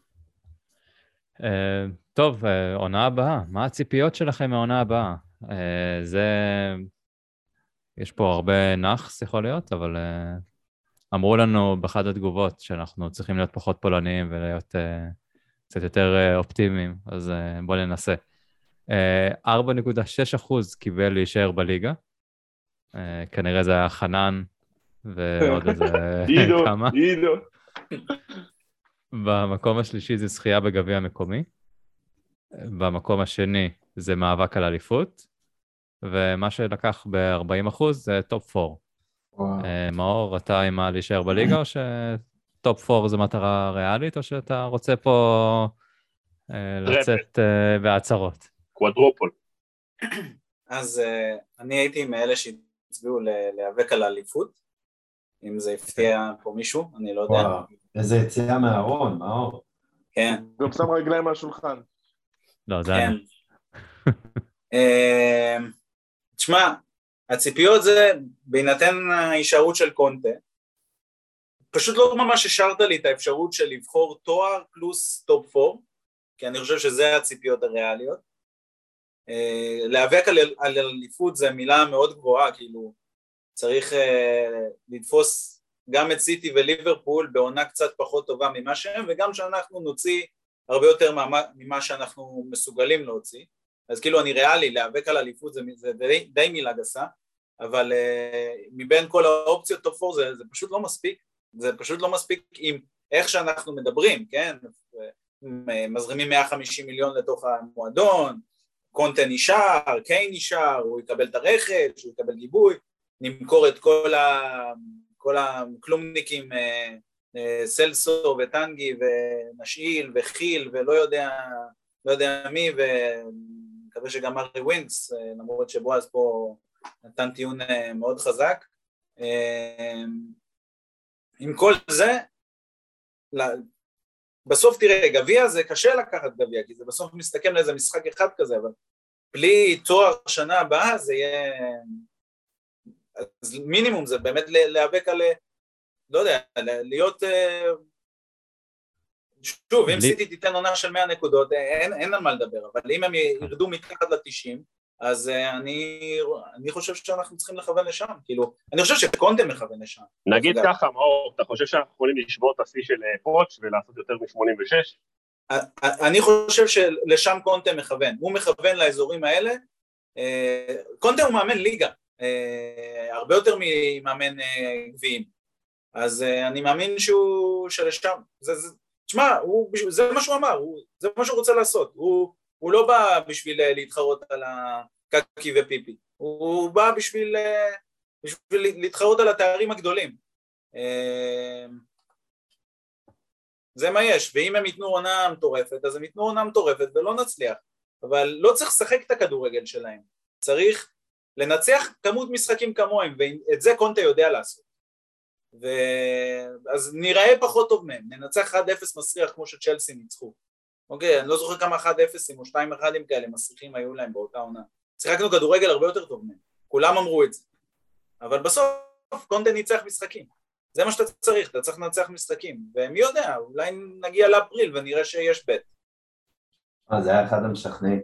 טוב, עונה הבאה. מה הציפיות שלכם מהעונה הבאה? יש פה הרבה נחס יכול להיות, אבל אמרו לנו באחת התגובות שאנחנו צריכים להיות פחות פולניים ולהיות קצת יותר אופטימיים, אז בואו ננסה. 4.6% קיבל להישאר בליגה, כנראה זה היה חנן ועוד איזה כמה. עידו. במקום השלישי זה זכייה בגביע המקומי, במקום השני זה מאבק על אליפות, ומה שלקח ב-40% זה טופ 4. מאור, אתה עם מה להישאר בליגה, או שטופ 4 זה מטרה ריאלית, או שאתה רוצה פה לצאת בהצהרות? קוואדרופול. אז אני הייתי מאלה שהצביעו להיאבק על האליפות, אם זה הפתיע פה מישהו, אני לא יודע. וואו, איזה יציאה מהארון, מאור. כן. גם שם רגליים מהשולחן. לא, זה אני. תשמע, הציפיות זה, בהינתן ההישארות של קונטה, פשוט לא ממש השארת לי את האפשרות של לבחור תואר פלוס טופ 4, כי אני חושב שזה הציפיות הריאליות. להיאבק על אליפות זה מילה מאוד גבוהה, כאילו צריך לתפוס גם את סיטי וליברפול בעונה קצת פחות טובה ממה שהם, וגם שאנחנו נוציא הרבה יותר ממה שאנחנו מסוגלים להוציא. אז כאילו אני ריאלי, להיאבק על אליפות זה די מילה גסה, אבל מבין כל האופציות טופ 4 זה פשוט לא מספיק, זה פשוט לא מספיק עם איך שאנחנו מדברים, כן? מזרימים 150 מיליון לתוך המועדון, קונטה נשאר, קיין נשאר, הוא יקבל את הרכש, הוא יקבל גיבוי, נמכור את כל הכלומניקים, סלסו וטנגי ונשאיל וחיל ולא יודע מי, ומקווה שגם ארי ווינקס, למרות שבועז פה נתן טיעון מאוד חזק. עם כל זה, בסוף תראה, גביע זה קשה לקחת גביע, כי זה בסוף מסתכם לאיזה משחק אחד כזה, אבל בלי תואר שנה הבאה זה יהיה, אז מינימום זה באמת להיאבק על, לא יודע, להיות, שוב, אם סיטי תיתן עונה של 100 נקודות, אין על מה לדבר, אבל אם הם ירדו מתחת ל-90, אז אני חושב שאנחנו צריכים לכוון לשם, כאילו, אני חושב שקונטה מכוון לשם. נגיד ככה, מאור, אתה חושב שאנחנו יכולים לשבור את השיא של פוטש ולעשות יותר מ-86? אני חושב שלשם קונטה מכוון, הוא מכוון לאזורים האלה, קונטה הוא מאמן ליגה, הרבה יותר ממאמן גביעים, אז אני מאמין שלשם, תשמע, זה מה שהוא אמר, זה מה שהוא רוצה לעשות, הוא לא בא בשביל להתחרות על הקקי ופיפי, הוא בא בשביל להתחרות על התארים הגדולים. זה מה יש, ואם הם ייתנו עונה מטורפת, אז הם ייתנו עונה מטורפת ולא נצליח, אבל לא צריך לשחק את הכדורגל שלהם, צריך לנצח כמות משחקים כמוהם, ואת זה קונטה יודע לעשות. אז נראה פחות טוב מהם, ננצח 1-0 מסריח כמו שצ'לסי ניצחו. אוקיי, אני לא זוכר כמה 1-0 או 2-1 כאלה מסריחים היו להם באותה עונה. שיחקנו כדורגל הרבה יותר טוב מהם, כולם אמרו את זה. אבל בסוף קונטה ניצח משחקים. זה מה שאתה צריך, אתה צריך לנצח משחקים. ומי יודע, אולי נגיע לאפריל ונראה שיש בית. זה היה אחד המשכנעים.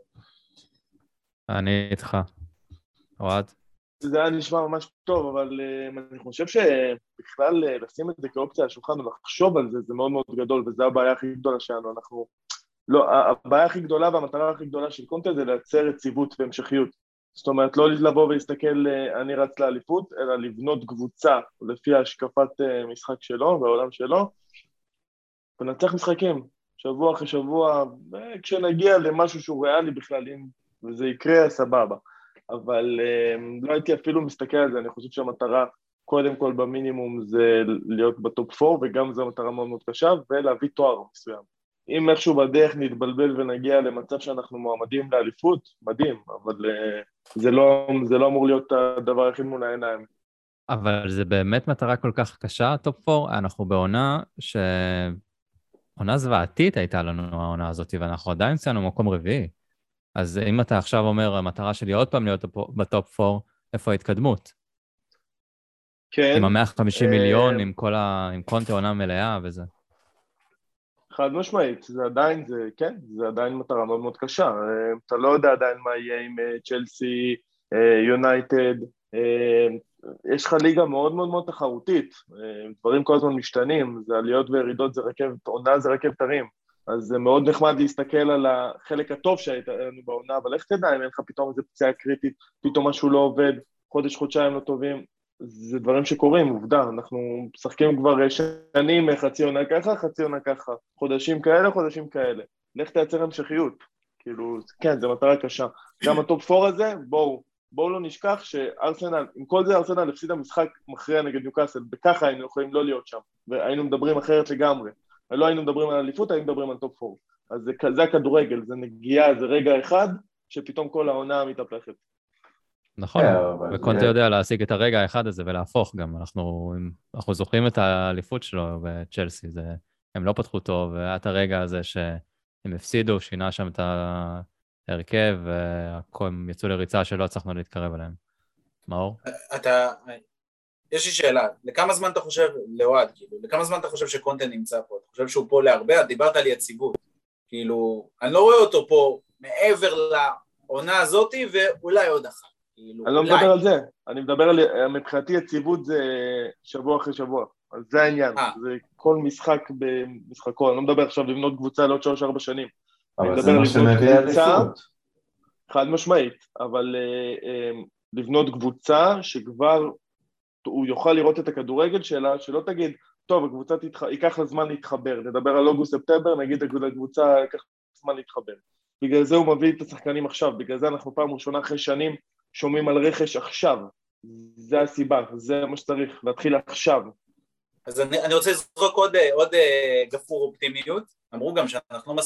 אני איתך. אוהד? זה היה נשמע ממש טוב, אבל אני חושב שבכלל לשים את זה כאופציה על השולחן ולחשוב על זה, זה מאוד מאוד גדול, וזו הבעיה הכי גדולה שלנו. אנחנו, לא, הבעיה הכי גדולה והמטרה הכי גדולה של קונטה זה לייצר יציבות והמשכיות. זאת אומרת, לא לבוא ולהסתכל אני רץ לאליפות, אלא לבנות קבוצה לפי השקפת משחק שלו והעולם שלו, ונצח משחקים, שבוע אחרי שבוע, כשנגיע למשהו שהוא ריאלי בכלל, וזה יקרה, סבבה. אבל לא הייתי אפילו מסתכל על זה, אני חושב שהמטרה קודם כל במינימום זה להיות בטופ 4, וגם זו מטרה מאוד מאוד קשה, ולהביא תואר מסוים. אם איכשהו בדרך נתבלבל ונגיע למצב שאנחנו מועמדים לאליפות, מדהים, אבל זה לא אמור להיות הדבר הכי מול העיניים. אבל זה באמת מטרה כל כך קשה, טופ 4, אנחנו בעונה עונה זוועתית הייתה לנו העונה הזאת, ואנחנו עדיין ציינו מקום רביעי. אז אם אתה עכשיו אומר, המטרה שלי עוד פעם להיות בטופ 4, איפה ההתקדמות? כן. עם ה-150 מיליון, עם קונטה עונה מלאה וזה. חד משמעית, זה עדיין מטרה מאוד מאוד קשה. אתה לא יודע עדיין מה יהיה עם צ'לסי, יונייטד, יש לך ליגה מאוד מאוד מאוד תחרותית, דברים כל הזמן משתנים, זה עליות וירידות, זה רכבת, עונה זה רכבת הרים. אז זה מאוד נחמד להסתכל על החלק הטוב שהייתה לנו בעונה, אבל איך תדע אם אין לך פתאום איזו פציעה קריטית, פתאום משהו לא עובד, חודש-חודשיים לא טובים, זה דברים שקורים, עובדה, אנחנו משחקים כבר שנים, חצי עונה ככה, חצי עונה ככה, חודשים כאלה, לך תייצר המשכיות, כאילו, כן, זו מטרה קשה. גם הטופ 4 הזה, בואו לא נשכח שארסנל, עם כל זה ארסנל הפסידה משחק מכריע נגד ניוקאסל, וככה היינו יכולים לא להיות שם, והיינו מדברים אחרת לגמרי. לא היינו מדברים על אליפות, היינו מדברים על טופ 4. אז זה הכדורגל, זה נגיעה, זה רגע אחד, שפתאום כל העונה מתהפכת. נכון, וקונטה יודע להשיג את הרגע האחד הזה ולהפוך גם. אנחנו זוכרים את האליפות שלו בצ'לסי, הם לא פתחו טוב, והיה את הרגע הזה שהם הפסידו, שינה שם את ההרכב, והם יצאו לריצה שלא הצלחנו להתקרב אליהם. מאור? יש לי שאלה, לכמה זמן אתה חושב, לאוהד, כאילו, לכמה זמן אתה חושב שקונטה נמצא פה? אתה חושב שהוא פה להרבה? את דיברת על יציבות. כאילו, אני לא רואה אותו פה מעבר לעונה הזאת, ואולי עוד אחת. כאילו, אני לא מדבר על זה, אני מדבר על, מבחינתי יציבות זה שבוע אחרי שבוע. אז זה העניין, זה כל משחק במשחקו, אני לא מדבר עכשיו לבנות קבוצה לעוד 3-4 שנים. אבל זה מה שמביא אליפות. חד משמעית, אבל לבנות קבוצה שכבר הוא יוכל לראות את הכדורגל שלה, שלא תגיד, טוב, הקבוצה ייקח לה זמן להתחבר, נדבר על אוגוסט-ספטמבר, נגיד הקבוצה ייקח זמן להתחבר. בגלל זה הוא מביא את השחקנים עכשיו, בגלל זה אנחנו פעם ראשונה אחרי שנים שומעים על רכש עכשיו. זה הסיבה, זה מה שצריך, להתחיל עכשיו. אז אני רוצה לזרוק עוד גפור אופטימיות, אמרו גם שאנחנו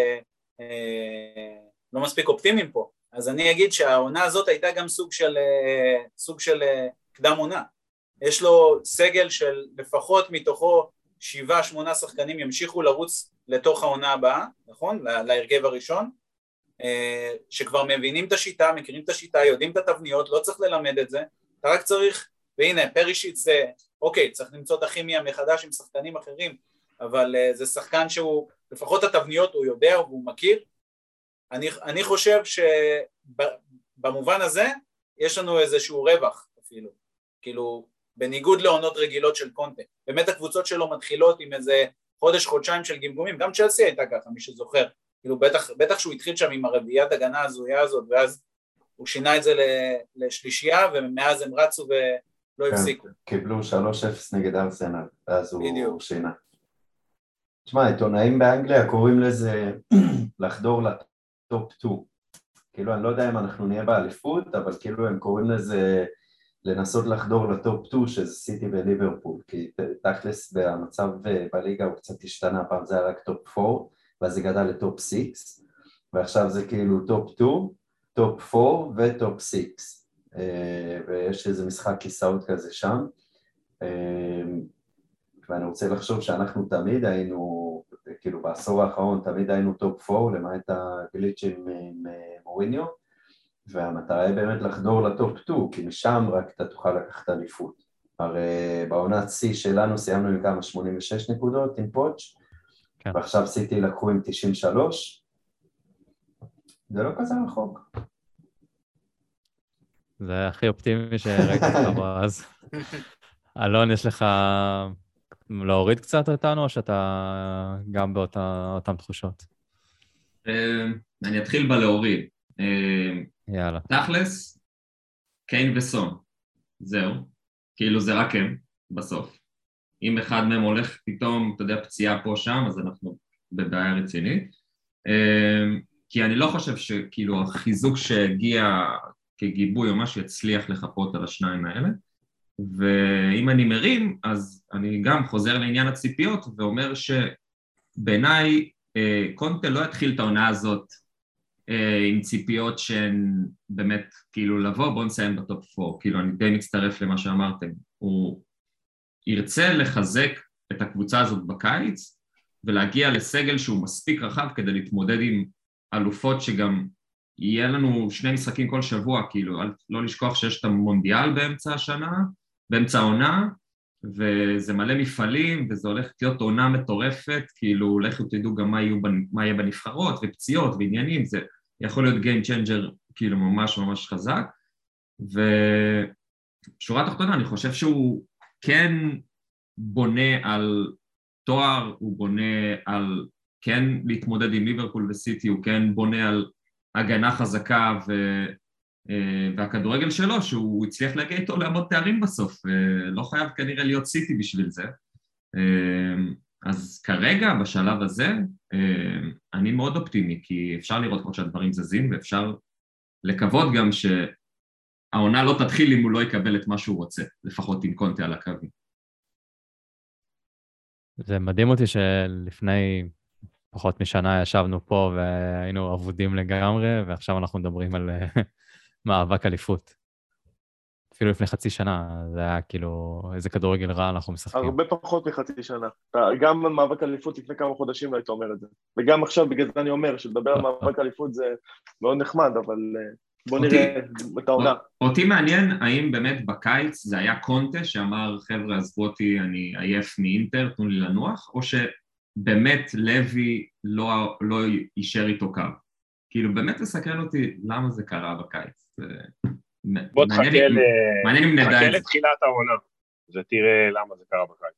לא מספיק אופטימיים פה, אז אני אגיד שהעונה הזאת הייתה גם סוג של קדם עונה, יש לו סגל של לפחות מתוכו 7-8 שחקנים ימשיכו לרוץ לתוך העונה הבאה, נכון? להרכב הראשון, שכבר מבינים את השיטה, מכירים את השיטה, יודעים את התבניות, לא צריך ללמד את זה, אתה רק צריך, והנה פרישיץ זה, אוקיי, צריך למצוא את הכימיה מחדש עם שחקנים אחרים, אבל זה שחקן שהוא, לפחות התבניות הוא יודע והוא מכיר, אני חושב שבמובן הזה יש לנו איזשהו רווח אפילו, כאילו בניגוד לעונות רגילות של קונטה, באמת הקבוצות שלו מתחילות עם איזה חודש-חודשיים של גמגומים, גם צ'לסי הייתה ככה, מי שזוכר, כאילו בטח שהוא התחיל שם עם הרביעיית הגנה הזויה הזאת, ואז הוא שינה את זה לשלישייה, ומאז הם רצו ולא הפסיקו. קיבלו 3-0 נגד ארסנל, ואז הוא שינה. תשמע, עיתונאים באנגליה קוראים לזה לחדור לטופ 2. כאילו, אני לא יודע אם אנחנו נהיה באליפות, אבל כאילו הם קוראים לזה לנסות לחדור לטופ 2, שזה סיטי וליברפול, כי תכלס במצב בליגה הוא קצת השתנה, פעם זה היה רק טופ 4, ואז זה גדל לטופ 6, ועכשיו זה כאילו טופ 2, טופ 4 וטופ 6, ויש איזה משחק כיסאות כזה שם, ואני רוצה לחשוב שאנחנו תמיד היינו, כאילו בעשור האחרון תמיד היינו טופ 4, למעט הגליצ'ים עם מוריניו, והמטרה היא באמת לחדור לטופ 2, כי משם רק אתה תוכל לקחת אליפות. הרי בעונת C שלנו סיימנו עם כמה 86 נקודות עם פוץ', כן. ועכשיו סיטי לקחו עם 93, זה לא כזה רחוק. זה הכי אופטימי שראיתי לך בו, אז אלון, יש לך להוריד קצת אותנו, או שאתה גם באותן תחושות? אני אתחיל בלהוריד. יאללה. תכלס, קיין וסון, זהו, כאילו זה רק הם בסוף. אם אחד מהם הולך פתאום, אתה יודע, פציעה פה שם, אז אנחנו בבעיה רצינית. כי אני לא חושב שכאילו החיזוק שהגיע כגיבוי או משהו יצליח לחפות על השניים האלה. ואם אני מרים, אז אני גם חוזר לעניין הציפיות ואומר שבעיניי קונטה לא התחיל את העונה הזאת עם ציפיות שהן באמת כאילו לבוא, בוא נסיים בטופ 4, כאילו אני די מצטרף למה שאמרתם, הוא ירצה לחזק את הקבוצה הזאת בקיץ ולהגיע לסגל שהוא מספיק רחב כדי להתמודד עם אלופות שגם יהיה לנו 2 משחקים כל שבוע, כאילו לא לשכוח שיש את המונדיאל באמצע השנה, באמצע העונה, וזה מלא מפעלים, וזה הולך להיות עונה מטורפת, כאילו לכו תדעו גם מה יהיה בנבחרות, ופציעות ועניינים, זה יכול להיות game changer כאילו ממש ממש חזק, ושורה תחתונה, אני חושב שהוא כן בונה על תואר, הוא בונה על כן להתמודד עם ליברפול וסיטי, הוא כן בונה על הגנה חזקה והכדורגל שלו, שהוא הצליח להגיע איתו לעמוד תארים בסוף, לא חייב כנראה להיות סיטי בשביל זה. אז כרגע, בשלב הזה, אני מאוד אופטימי, כי אפשר לראות כמו שהדברים זזים, ואפשר לקוות גם שהעונה לא תתחיל אם הוא לא יקבל את מה שהוא רוצה, לפחות עם קונטה על הקווים. זה מדהים אותי שלפני פחות משנה ישבנו פה והיינו עבודים לגמרי, ועכשיו אנחנו מדברים על מאבק אליפות. אפילו לפני חצי שנה, זה היה כאילו איזה כדורגל רע אנחנו משחקים. הרבה פחות מחצי שנה. גם מאבק אליפות לפני כמה חודשים לא היית אומר את זה. וגם עכשיו בגלל זה אני אומר, שלדבר על מאבק אליפות זה מאוד נחמד, אבל בוא נראה את העונה. אותי מעניין האם באמת בקיץ זה היה קונטה שאמר חבר'ה עזבו אותי, אני עייף מאינטר, תנו לי לנוח, או שבאמת לוי לא יישר איתו קו. כאילו באמת מסקרן אותי למה זה קרה בקיץ. בוא תחכה מעניין אם נדע את זה. לתחילת העונה, ותראה למה זה קרה בקיץ.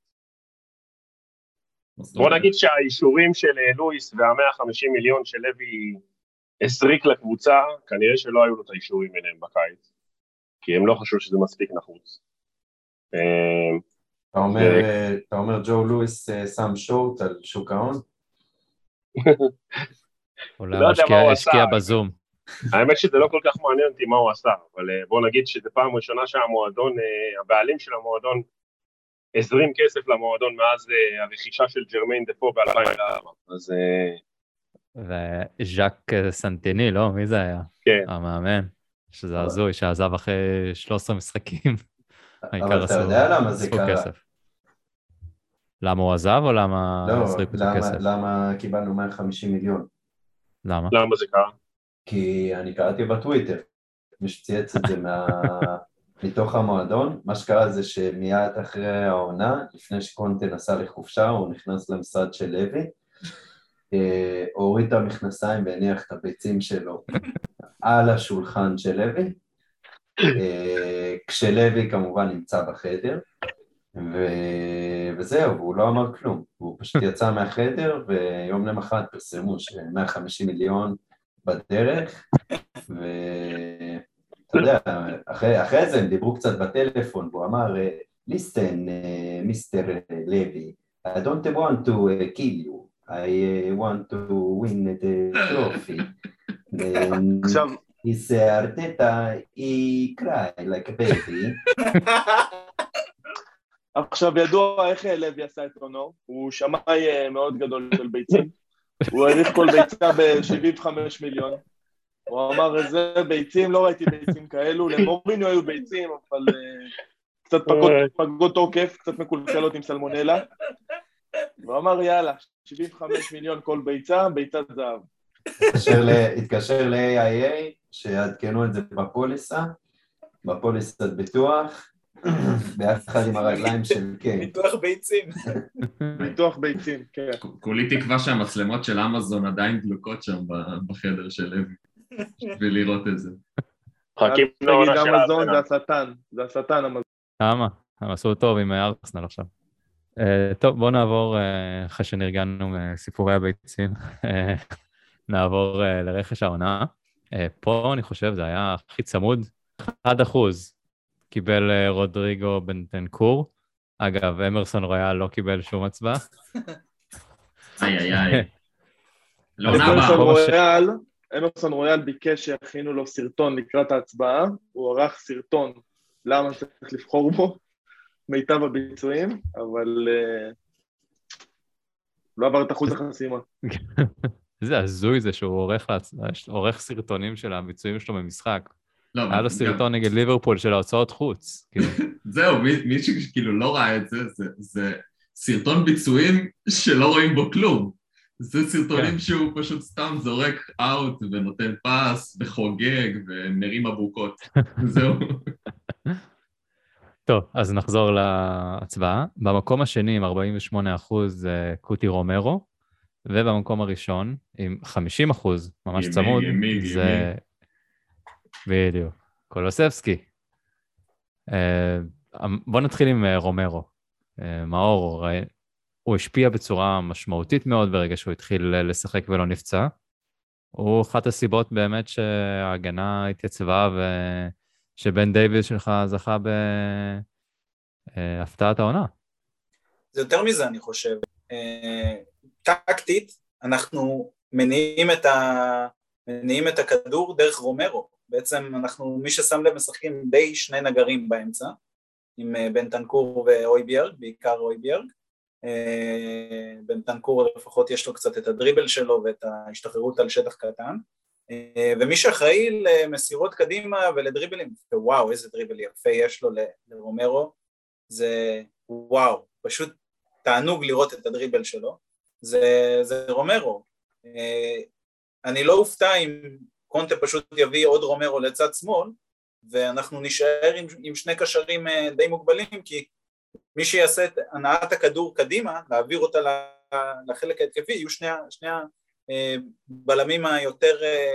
בוא נגיד שהאישורים של לואיס וה-150 מיליון של לוי הזריק לקבוצה, כנראה שלא היו לו את האישורים אליהם בקיץ, כי הם לא חשבו שזה מספיק נחוץ. אתה אומר ג'ו לואיס שם שורט על שוק ההון? אולי השקיע בזום. האמת שזה לא כל כך מעניין אותי מה הוא עשה, אבל בוא נגיד שזה פעם ראשונה שהמועדון, הבעלים של המועדון, הזרים כסף למועדון מאז הרכישה של ג'רמיין דפו ב-2004, אז... וז'אק סנטיני, לא? מי זה היה? כן. המאמן, שזה הזוי, שעזב אחרי 13 משחקים. אבל אתה יודע למה זה קרה? למה הוא עזב או למה הזריקו את הכסף? למה קיבלנו 150 מיליון? למה? למה זה קרה? כי אני קראתי בטוויטר, מי שצייץ את זה מתוך המועדון, מה שקרה זה שמיד אחרי העונה, לפני שקונטה נסע לחופשה, הוא נכנס למשרד של לוי, הוריד את המכנסיים והניח את הביצים שלו על השולחן של לוי, כשלוי כמובן נמצא בחדר, וזהו, והוא לא אמר כלום, הוא פשוט יצא מהחדר, ויום למחרת פרסמו ש150 מיליון בדרך, ואתה יודע, אחרי זה הם דיברו קצת בטלפון, והוא אמר, listen, מיסטר לוי, I don't want to kill you, I want to win the trophy. עכשיו... He said, Arteta, he cried like a baby. עכשיו ידוע איך לוי עשה את עונו, הוא שמאי מאוד גדול של ביצים, הוא העריך כל ביצה ב-75 מיליון, הוא אמר, זה ביצים, לא ראיתי ביצים כאלו, למוריניו היו ביצים, אבל קצת פגות תוקף, קצת מקולקלות עם סלמונלה, והוא אמר, יאללה, 75 מיליון כל ביצה, ביצת זהב. התקשר ל-AIA, שיעדכנו את זה בפוליסת ביטוח, ביחד עם הרגליים של קיין. ביטוח ביצים. ביטוח ביצים, כן. כולי תקווה שהמצלמות של אמזון עדיין דלוקות שם בחדר של לוי, בשביל לראות את זה. חכים לעונה של אמזון זה השטן אמזון. למה? הם עשו טוב עם ארסנל עכשיו. טוב, בואו נעבור, אחרי שנרגענו מסיפורי הביצים, נעבור לרכש העונה. פה אני חושב זה היה הכי צמוד, 1% קיבל רודריגו בנטנקור. אגב, אמרסון רויאל לא קיבל שום הצבעה. איי. אמרסון רויאל ביקש שיכינו לו סרטון לקראת ההצבעה, הוא ערך סרטון למה צריך לבחור בו, מיטב הביצועים, אבל לא עבר את אחוז החסימה. איזה הזוי זה שהוא עורך סרטונים של הביצועים שלו במשחק. היה לו סרטון נגד ליברפול של ההוצאות חוץ. זהו, מי שכאילו לא ראה את זה, זה סרטון ביצועים שלא רואים בו כלום. זה סרטונים שהוא פשוט סתם זורק אאוט ונותן פס וחוגג ומרים אבוקות. זהו. טוב, אז נחזור להצבעה. במקום השני עם 48% קוטי רומרו, ובמקום הראשון עם 50%, ממש צמוד, זה... בדיוק, קולוסבסקי. בוא נתחיל עם רומרו. מאור, הוא השפיע בצורה משמעותית מאוד ברגע שהוא התחיל לשחק ולא נפצע. הוא אחת הסיבות באמת שההגנה התייצבה ושבן דיוויס שלך זכה בהפתעת העונה. זה יותר מזה אני חושב. טקטית, אנחנו מניעים את הכדור דרך רומרו. בעצם מי ששם לב משחקים די שני נגרים באמצע, עם בנטנקור ואויביארג, בעיקר אויביארג. בנטנקור לפחות יש לו קצת את הדריבל שלו ואת ההשתחררות על שטח קטן, ומי שאחראי למסירות קדימה ולדריבלים, וואו איזה דריבל יפה יש לו לרומרו, זה וואו, פשוט תענוג לראות את הדריבל שלו, זה רומרו. אני לא אופתע אם קונטה פשוט יביא עוד רומרו לצד שמאל, ואנחנו נשאר עם שני קשרים די מוגבלים, כי מי שיעשה את הנעת הכדור קדימה, להעביר אותה לחלק ההתקפי, יהיו שני הבלמים היותר,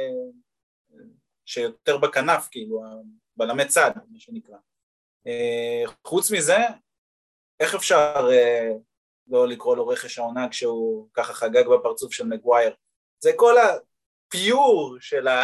שיותר בכנף, כאילו, בלמי צד, מה שנקרא. חוץ מזה, איך אפשר לא לקרוא לו רכש העונה כשהוא ככה חגג בפרצוף של מגווייר? זה כל הפיור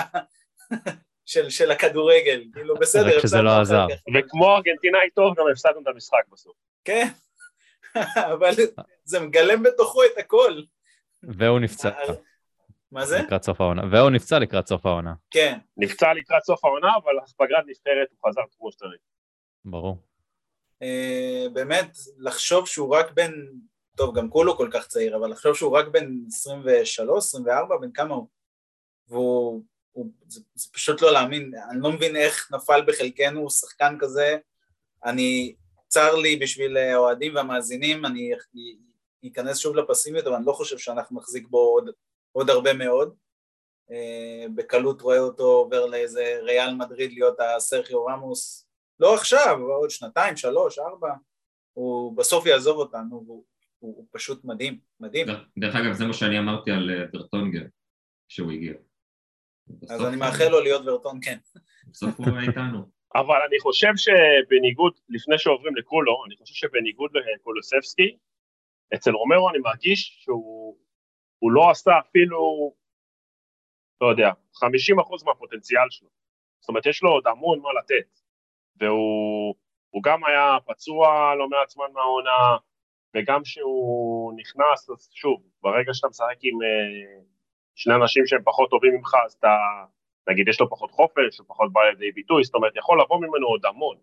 של הכדורגל, כאילו בסדר. רק שזה לא עזר. וכמו ארגנטינאי טוב גם הפסדנו את המשחק בסוף. כן, אבל זה מגלם בתוכו את הכל. והוא נפצע. מה זה? לקראת סוף העונה. והוא נפצע לקראת סוף העונה. כן. נפצע לקראת סוף העונה, אבל פגרת נבחרת הוא חזר כמו שצריך. ברור. באמת, לחשוב שהוא רק בין, טוב, גם כולו כל כך צעיר, אבל לחשוב שהוא רק בין 23, 24, בין כמה הוא, זה פשוט לא להאמין, אני לא מבין איך נפל בחלקנו שחקן כזה, צר לי בשביל האוהדים והמאזינים, אני אכנס שוב לפסימיות, אבל אני לא חושב שאנחנו נחזיק בו עוד הרבה מאוד, בקלות רואה אותו עובר לאיזה ריאל מדריד להיות הסרחיו רמוס, לא עכשיו, עוד 2, 3, 4, הוא בסוף יעזוב אותנו, הוא פשוט מדהים, מדהים. דרך אגב, זה מה שאני אמרתי על ורטונגן, שהוא הגיע. אז אני מאחל לו להיות ורטון, כן. בסוף הוא איתנו. אבל אני חושב שבניגוד, לפני שעוברים לקולו, אני חושב שבניגוד לקולוספסקי, אצל רומרו אני מרגיש שהוא לא עשה אפילו, לא יודע, 50% מהפוטנציאל שלו. זאת אומרת, יש לו עוד המון מה לתת. והוא גם היה פצוע לא מעט זמן מהעונה, וגם שהוא נכנס, אז שוב, ברגע שאתה משחק עם שני אנשים שהם פחות טובים ממך, אז אתה, נגיד, יש לו פחות חופש, הוא פחות בא לידי ביטוי, זאת אומרת, יכול לבוא ממנו עוד המון.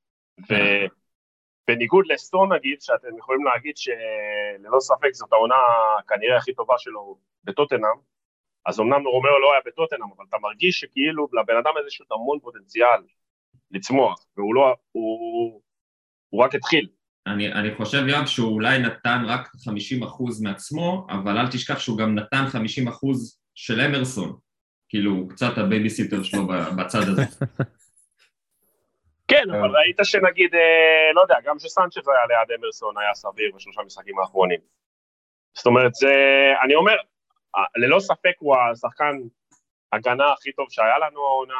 ובניגוד לסטון, נגיד, שאתם יכולים להגיד שללא ספק זאת העונה כנראה הכי טובה שלו בטוטנהאם, אז אמנם רומרו לא היה בטוטנהאם, אבל אתה מרגיש שכאילו לבן אדם איזשהו המון פוטנציאל לצמוח, והוא לא, הוא רק התחיל. אני חושב יואב שהוא אולי נתן רק 50% מעצמו, אבל אל תשכח שהוא גם נתן 50% של אמרסון, כאילו קצת הבייביסיטר שלו בצד הזה. כן, אבל ראית שנגיד, לא יודע, גם שסנצ'ז היה ליד אמרסון היה סביר בשלושה משחקים האחרונים. זאת אומרת, אני אומר, ללא ספק הוא השחקן הגנה הכי טוב שהיה לנו העונה,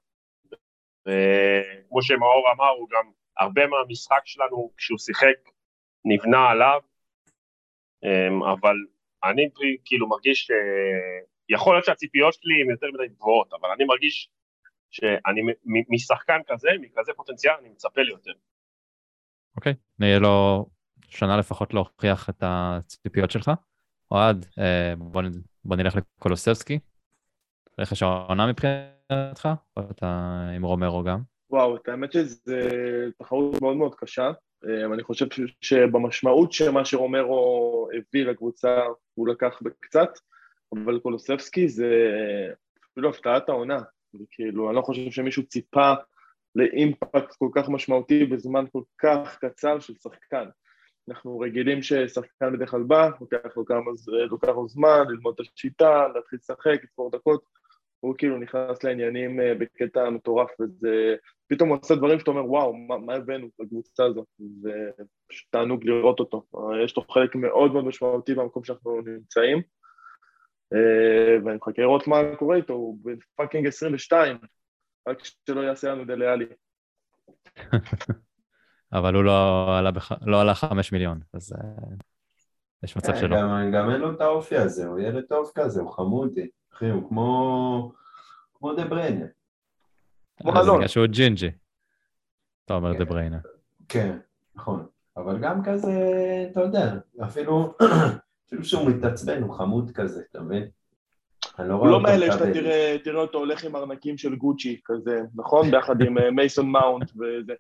וכמו שמאור אמר, הוא גם הרבה מהמשחק שלנו, כשהוא שיחק, נבנה עליו, אבל אני כאילו מרגיש, יכול להיות שהציפיות שלי הן יותר מדי גבוהות, אבל אני מרגיש שאני משחקן כזה, מכזה פוטנציאל, אני מצפה לי יותר. אוקיי, נהיה לו שנה לפחות להוכיח את הציפיות שלך. אוהד, בוא נלך לקולוסבסקי. רכש העונה מבחינתך, או אתה עם רומרו גם? וואו, את האמת שזו תחרות מאוד מאוד קשה. אני חושב שבמשמעות שמה שרומרו הביא לקבוצה הוא לקח בקצת, אבל קולוסבסקי זה אפילו הפתעת העונה. וכאילו, אני לא חושב שמישהו ציפה לאימפקט כל כך משמעותי בזמן כל כך קצר של שחקן. אנחנו רגילים ששחקן בדרך כלל בא, לוקח לו זמן, ללמוד את השיטה, להתחיל לשחק, לצפור דקות, הוא כאילו נכנס לעניינים בקטע מטורף, וזה פתאום הוא עושה דברים שאתה אומר, וואו, מה הבאנו לקבוצה הזאת, ופשוט תענוג לראות אותו. יש לו חלק מאוד מאוד משמעותי במקום שאנחנו נמצאים, ואני מחכה לראות מה קורה איתו, הוא בפאקינג 22, רק שלא יעשה לנו דליאלי. אבל הוא לא עלה 5 מיליון, אז יש מצב שלא. גם אין לו את האופי הזה, הוא ילד טוב כזה, הוא חמודי, אחי, הוא כמו דה בריינה. אז בגלל שהוא ג'ינג'י, אתה אומר דה בריינה. כן, נכון, אבל גם כזה, אתה יודע, אפילו שהוא מתעצבן, הוא חמוד כזה, אתה מבין? הוא לא מאלה שאתה תראה אותו הולך עם ארנקים של גוצ'י כזה, נכון? ביחד עם מייסון מאונט וזה.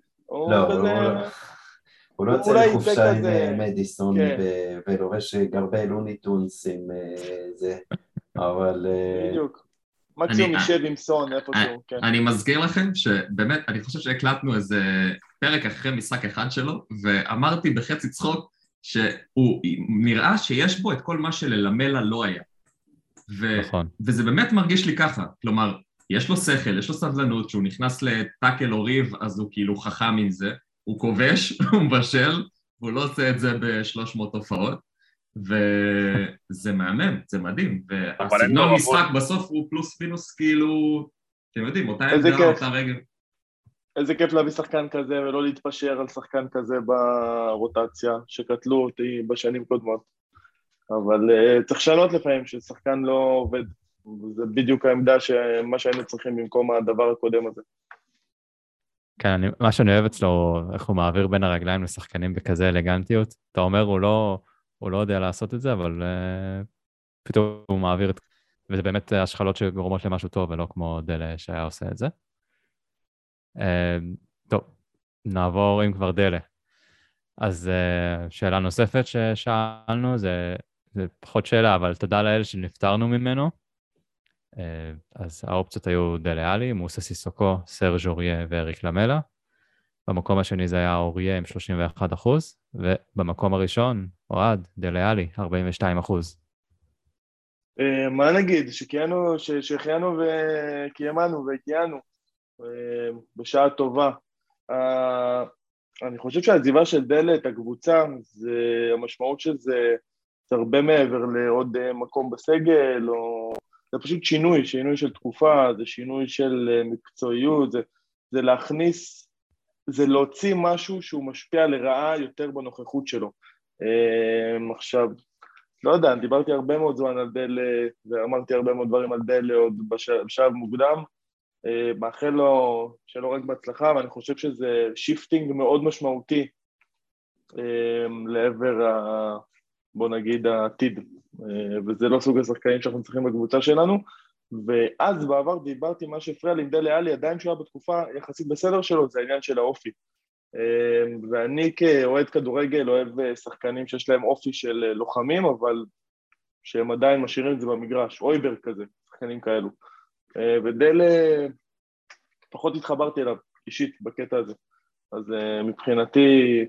הוא לא יוצא לחופשה עם מדיסון ולובש גרבי לוניטונס עם זה, אבל... בדיוק. מקסימום יישב עם סון, איפה שהוא, כן. אני מזכיר לכם שבאמת, אני חושב שהקלטנו איזה פרק אחרי משחק אחד שלו, ואמרתי בחצי צחוק שהוא נראה שיש בו את כל מה שללמלה לא היה. נכון. וזה באמת מרגיש לי ככה, כלומר, יש לו שכל, יש לו סבלנות, שהוא נכנס לטאקל או ריב, אז הוא כאילו חכם עם זה, הוא כובש, הוא מבשל, הוא לא עושה את זה ב-300 הופעות, וזה מהמם, זה מדהים, והסגנון משחק בסוף הוא פלוס מינוס כאילו, אתם יודעים, אותה עמדה, אותה רגל. איזה כיף להביא שחקן כזה ולא להתפשר על שחקן כזה ברוטציה, שקטלו אותי בשנים קודמות. אבל צריך לשנות לפעמים ששחקן לא עובד, וזה בדיוק העמדה מה שהיינו צריכים במקום הדבר הקודם הזה. כן, מה שאני אוהב אצלו, איך הוא מעביר בין הרגליים לשחקנים בכזה אלגנטיות. אתה אומר, הוא לא יודע לעשות את זה, אבל פתאום הוא מעביר את... וזה באמת השחלות שגורמות למשהו טוב, ולא כמו דלה שהיה עושה את זה. טוב, נעבור עם כבר דלה. אז שאלה נוספת ששאלנו, זה פחות שאלה, אבל תודה לאל שנפטרנו ממנו. אז האופציות היו דלה עלי, מוסה סיסוקו, סרג' אוריה ואריק למלה. במקום השני זה היה אוריה עם 31%, ובמקום הראשון, אוהד, דלה עלי, 42%. מה נגיד? שהחיינו וקיימנו והקיינו בשעה טובה. אני חושב שהעזיבה של דלה את הקבוצה, המשמעות של זה הרבה מעבר לעוד מקום בסגל, זה פשוט שינוי של תקופה, זה שינוי של מקצועיות, זה להכניס, זה להוציא משהו שהוא משפיע לרעה יותר בנוכחות שלו. עכשיו, לא יודע, דיברתי הרבה מאוד זמן על דלה, ואמרתי הרבה מאוד דברים על דלה עוד בשלב מוקדם, מאחל לו שלא רק בהצלחה, ואני חושב שזה שיפטינג מאוד משמעותי לעבר, בוא נגיד, העתיד, וזה לא סוג השחקנים שאנחנו צריכים בקבוצה שלנו, ואז בעבר דיברתי מה שהפריע לי עם דלה עלי, עדיין שהוא היה בתקופה יחסית בסדר שלו, זה העניין של האופי. ואני כאוהד כדורגל אוהב שחקנים שיש להם אופי של לוחמים, אבל שהם עדיין משאירים את זה במגרש, אויבר כזה, שחקנים כאלו. ודלה, פחות התחברתי אליו אישית בקטע הזה. אז מבחינתי,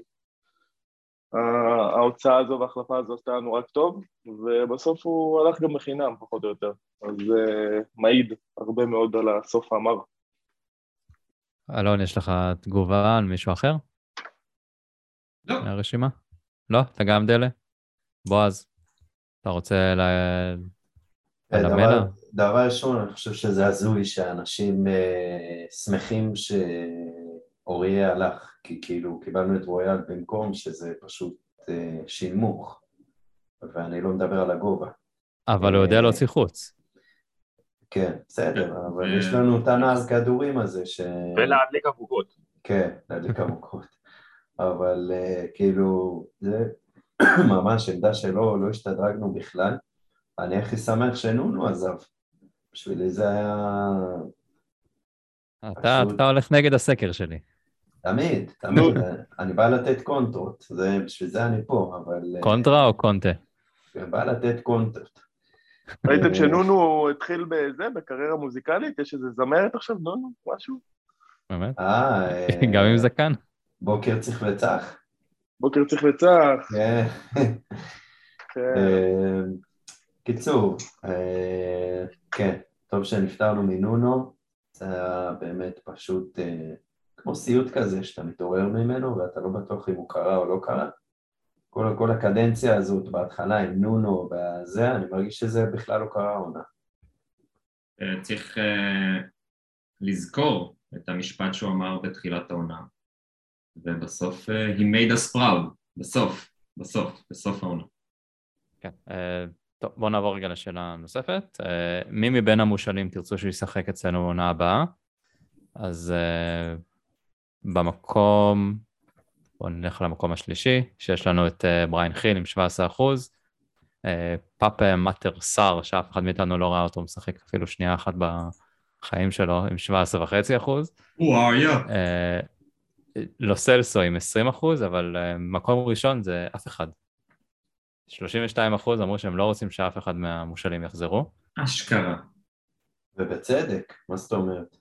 ההוצאה הזו וההחלפה הזו עשתה לנו רק טוב, ובסוף הוא הלך גם בחינם, פחות או יותר. אז מעיד הרבה מאוד על הסוף המר. אלון, יש לך תגובה על מישהו אחר? לא. מהרשימה? לא? אתה גם דלה? בועז, אתה רוצה למלה? דבר ראשון, אני חושב שזה הזוי שאנשים שמחים שאוריה הלך, כי כאילו קיבלנו את רויאל במקום שזה פשוט שינמוך, ואני לא מדבר על הגובה. אבל הוא יודע להוציא חוץ. כן, בסדר, אבל יש לנו את הנער כדורים הזה ולהדליק אבוקות. כן, להדליק אבוקות. אבל כאילו, זה ממש עמדה שלא השתדרגנו בכלל. אני הכי שמח שנונו עזב. בשבילי זה היה... אתה הולך נגד הסקר שלי. תמיד. אני בא לתת קונטרות, בשביל זה אני פה, אבל... קונטרה או קונטה? בא לתת קונטרות. ראיתם שנונו התחיל בקריירה מוזיקלית? יש איזה זמרת עכשיו, נונו? משהו? באמת? גם עם זקן? בוקר צריך לצח. בוקר צריך לצח. כן. קיצור, כן, טוב שנפטרנו מנונו, זה היה באמת פשוט כמו סיוט כזה שאתה מתעורר ממנו ואתה לא בטוח אם הוא קרה או לא קרה. כל הקדנציה הזאת בהתחלה עם נונו וזה, אני מרגיש שזה בכלל לא קרה עונה. צריך לזכור את המשפט שהוא אמר בתחילת העונה, ובסוף he made us proud, בסוף העונה. כן, טוב, בואו נעבור רגע לשאלה נוספת. מי מבין המושאלים תרצו שישחק אצלנו בעונה הבאה? אז במקום, בואו נלך למקום השלישי, שיש לנו את בריין חיל עם 17%, פאפה מטר סאר, שאף אחד מאיתנו לא ראה אותו משחק אפילו שנייה אחת בחיים שלו, עם 17.5%. לא סלסו עם 20%, אבל מקום ראשון זה אף אחד. 32% אמרו שהם לא רוצים שאף אחד מהמושאלים יחזרו. אשכרה. ובצדק, מה זאת אומרת?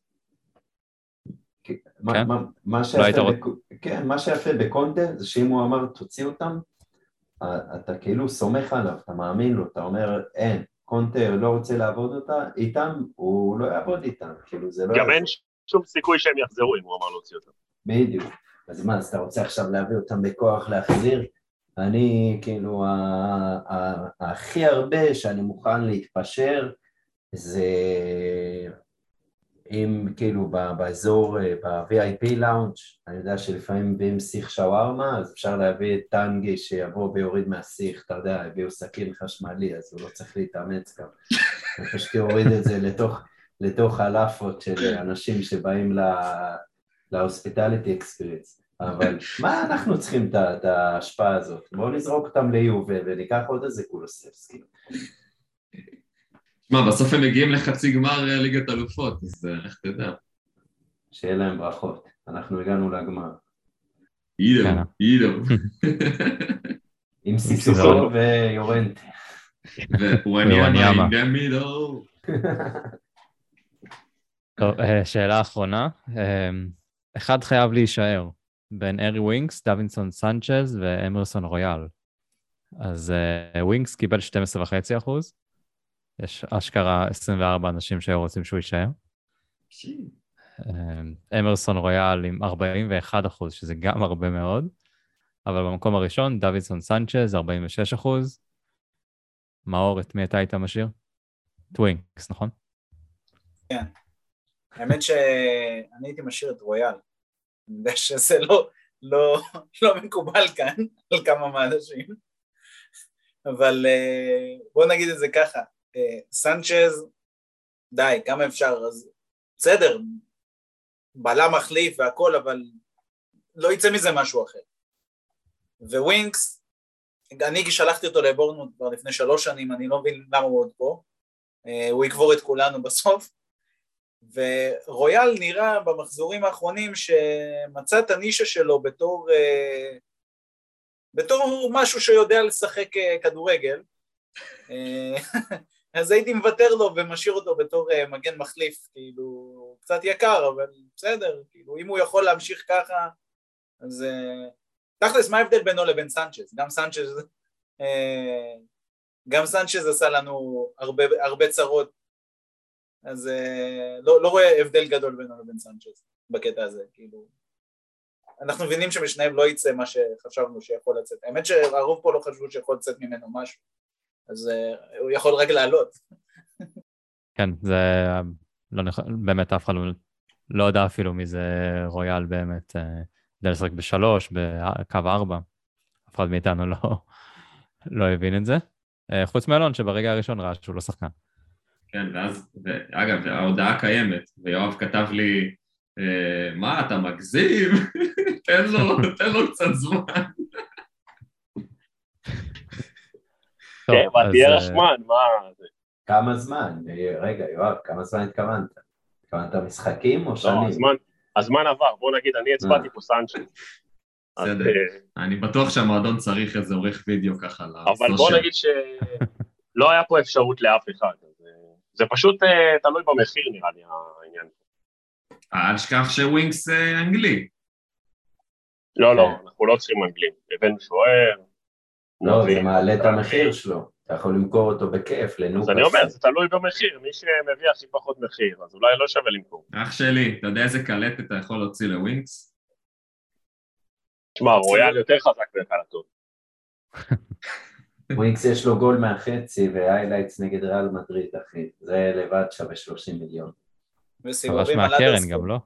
כן? מה שיפה בקונטה זה שאם הוא אמר תוציא אותם, אתה כאילו סומך עליו, אתה מאמין לו, אתה אומר אין, קונטר לא רוצה לעבוד איתם, הוא לא יעבוד איתם, כאילו זה לא... גם אין שום סיכוי שהם יחזרו אם הוא אמר להוציא אותם. בדיוק. אז מה, אז אתה רוצה עכשיו להביא אותם בכוח להחזיר? אני, כאילו, הכי הרבה שאני מוכן להתפשר, זה אם כאילו באזור, ב-VIP לאונג', אני יודע שלפעמים מביאים שיח שווארמה, אז אפשר להביא את טנגי שיבוא ויוריד מהשיח, אתה יודע, הביאו סכין חשמלי, אז הוא לא צריך להתאמץ גם. אני פשוט יוריד את זה לתוך הלאפות של אנשים שבאים להוספיטליטי אקספיריץ. אבל מה אנחנו צריכים את ההשפעה הזאת? בואו נזרוק אותם ליובה וניקח עוד איזה קולוסבסקי. מה, בסוף הם מגיעים לחצי גמר ליגת אלופות, אז איך תדע? שיהיה להם ברכות, אנחנו הגענו לגמר. אידו. עם סיסו ויורנטה. ווואניאמה in the middle. טוב, שאלה אחרונה. אחד חייב להישאר, בין ארי ווינקס, דווינסון סנצ'ז ואמרסון רויאל. אז ווינקס קיבל 12.5%. יש אשכרה 24 אנשים שהיו רוצים שהוא יישאר. אמרסון רויאל עם 41%, שזה גם הרבה מאוד. אבל במקום הראשון, דווינסון סנצ'ז, 46%. מאור, את מי אתה היית משאיר? את ווינקס, נכון? כן. האמת שאני הייתי משאיר את רויאל. אני יודע שזה לא מקובל כאן, על כמה מהאנשים. אבל בוא נגיד את זה ככה. סנצ'ז, די, כמה אפשר, אז בסדר, בלם מחליף והכל, אבל לא יצא מזה משהו אחר. ווינקס, אני שלחתי אותו לבורנמוט כבר לפני 3 שנים, אני לא מבין למה הוא עוד פה, הוא יקבור את כולנו בסוף, ורויאל נראה במחזורים האחרונים שמצא את הנישה שלו בתור משהו שיודע לשחק כדורגל, אז הייתי מוותר לו ומשאיר אותו בתור מגן מחליף, כאילו קצת יקר, אבל בסדר, כאילו אם הוא יכול להמשיך ככה, אז תכלס מה ההבדל בינו לבין סנצ'ז? גם סנצ'ז עשה לנו הרבה צרות, אז לא רואה הבדל גדול בינו לבין סנצ'ז בקטע הזה, כאילו אנחנו מבינים שמשניהם לא יצא מה שחשבנו שיכול לצאת, האמת שהרוב פה לא חשבו שיכול לצאת ממנו משהו, אז הוא יכול רק לעלות. כן, זה באמת אף אחד לא יודע אפילו מי זה רויאל באמת, כדי לשחק ב3, בקו 4, אף אחד מאיתנו לא הבין את זה, חוץ מאלון שברגע הראשון ראה שהוא לא שחקן. כן, ואז, אגב, ההודעה קיימת, ויואב כתב לי, מה, אתה מגזים? תן לו קצת זמן. כן, מה תהיה רחמן, מה זה? כמה זמן? רגע, יואב, כמה זמן התכוונת? התכוונת משחקים או שנים? לא, הזמן עבר, בוא נגיד, אני הצבעתי פה סנצ'ז. בסדר, אני בטוח שהמועדון צריך איזה עורך וידאו ככה לסושיאל. אבל בוא נגיד שלא היה פה אפשרות לאף אחד, זה פשוט תלוי במחיר נראה לי העניין. אל תשכח שווינקס אנגלי. לא, אנחנו לא צריכים אנגלים, הבאנו שוער. לא, זה מעלה את המחיר שלו, אתה יכול למכור אותו בכיף לנוקאס. אז אני אומר, זה תלוי במחיר, מי שמביא הכי פחות מחיר, אז אולי לא שווה למכור. אח שלי, אתה יודע איזה קלט אתה יכול להוציא לווינקס? תשמע, רויאל יותר חזק בקלטות. ווינקס יש לו גול מהחצי והיילייטס נגד ריאל מדריד, אחי. זה לבד שווה 30 מיליון. חבש מהקרן גם, לא?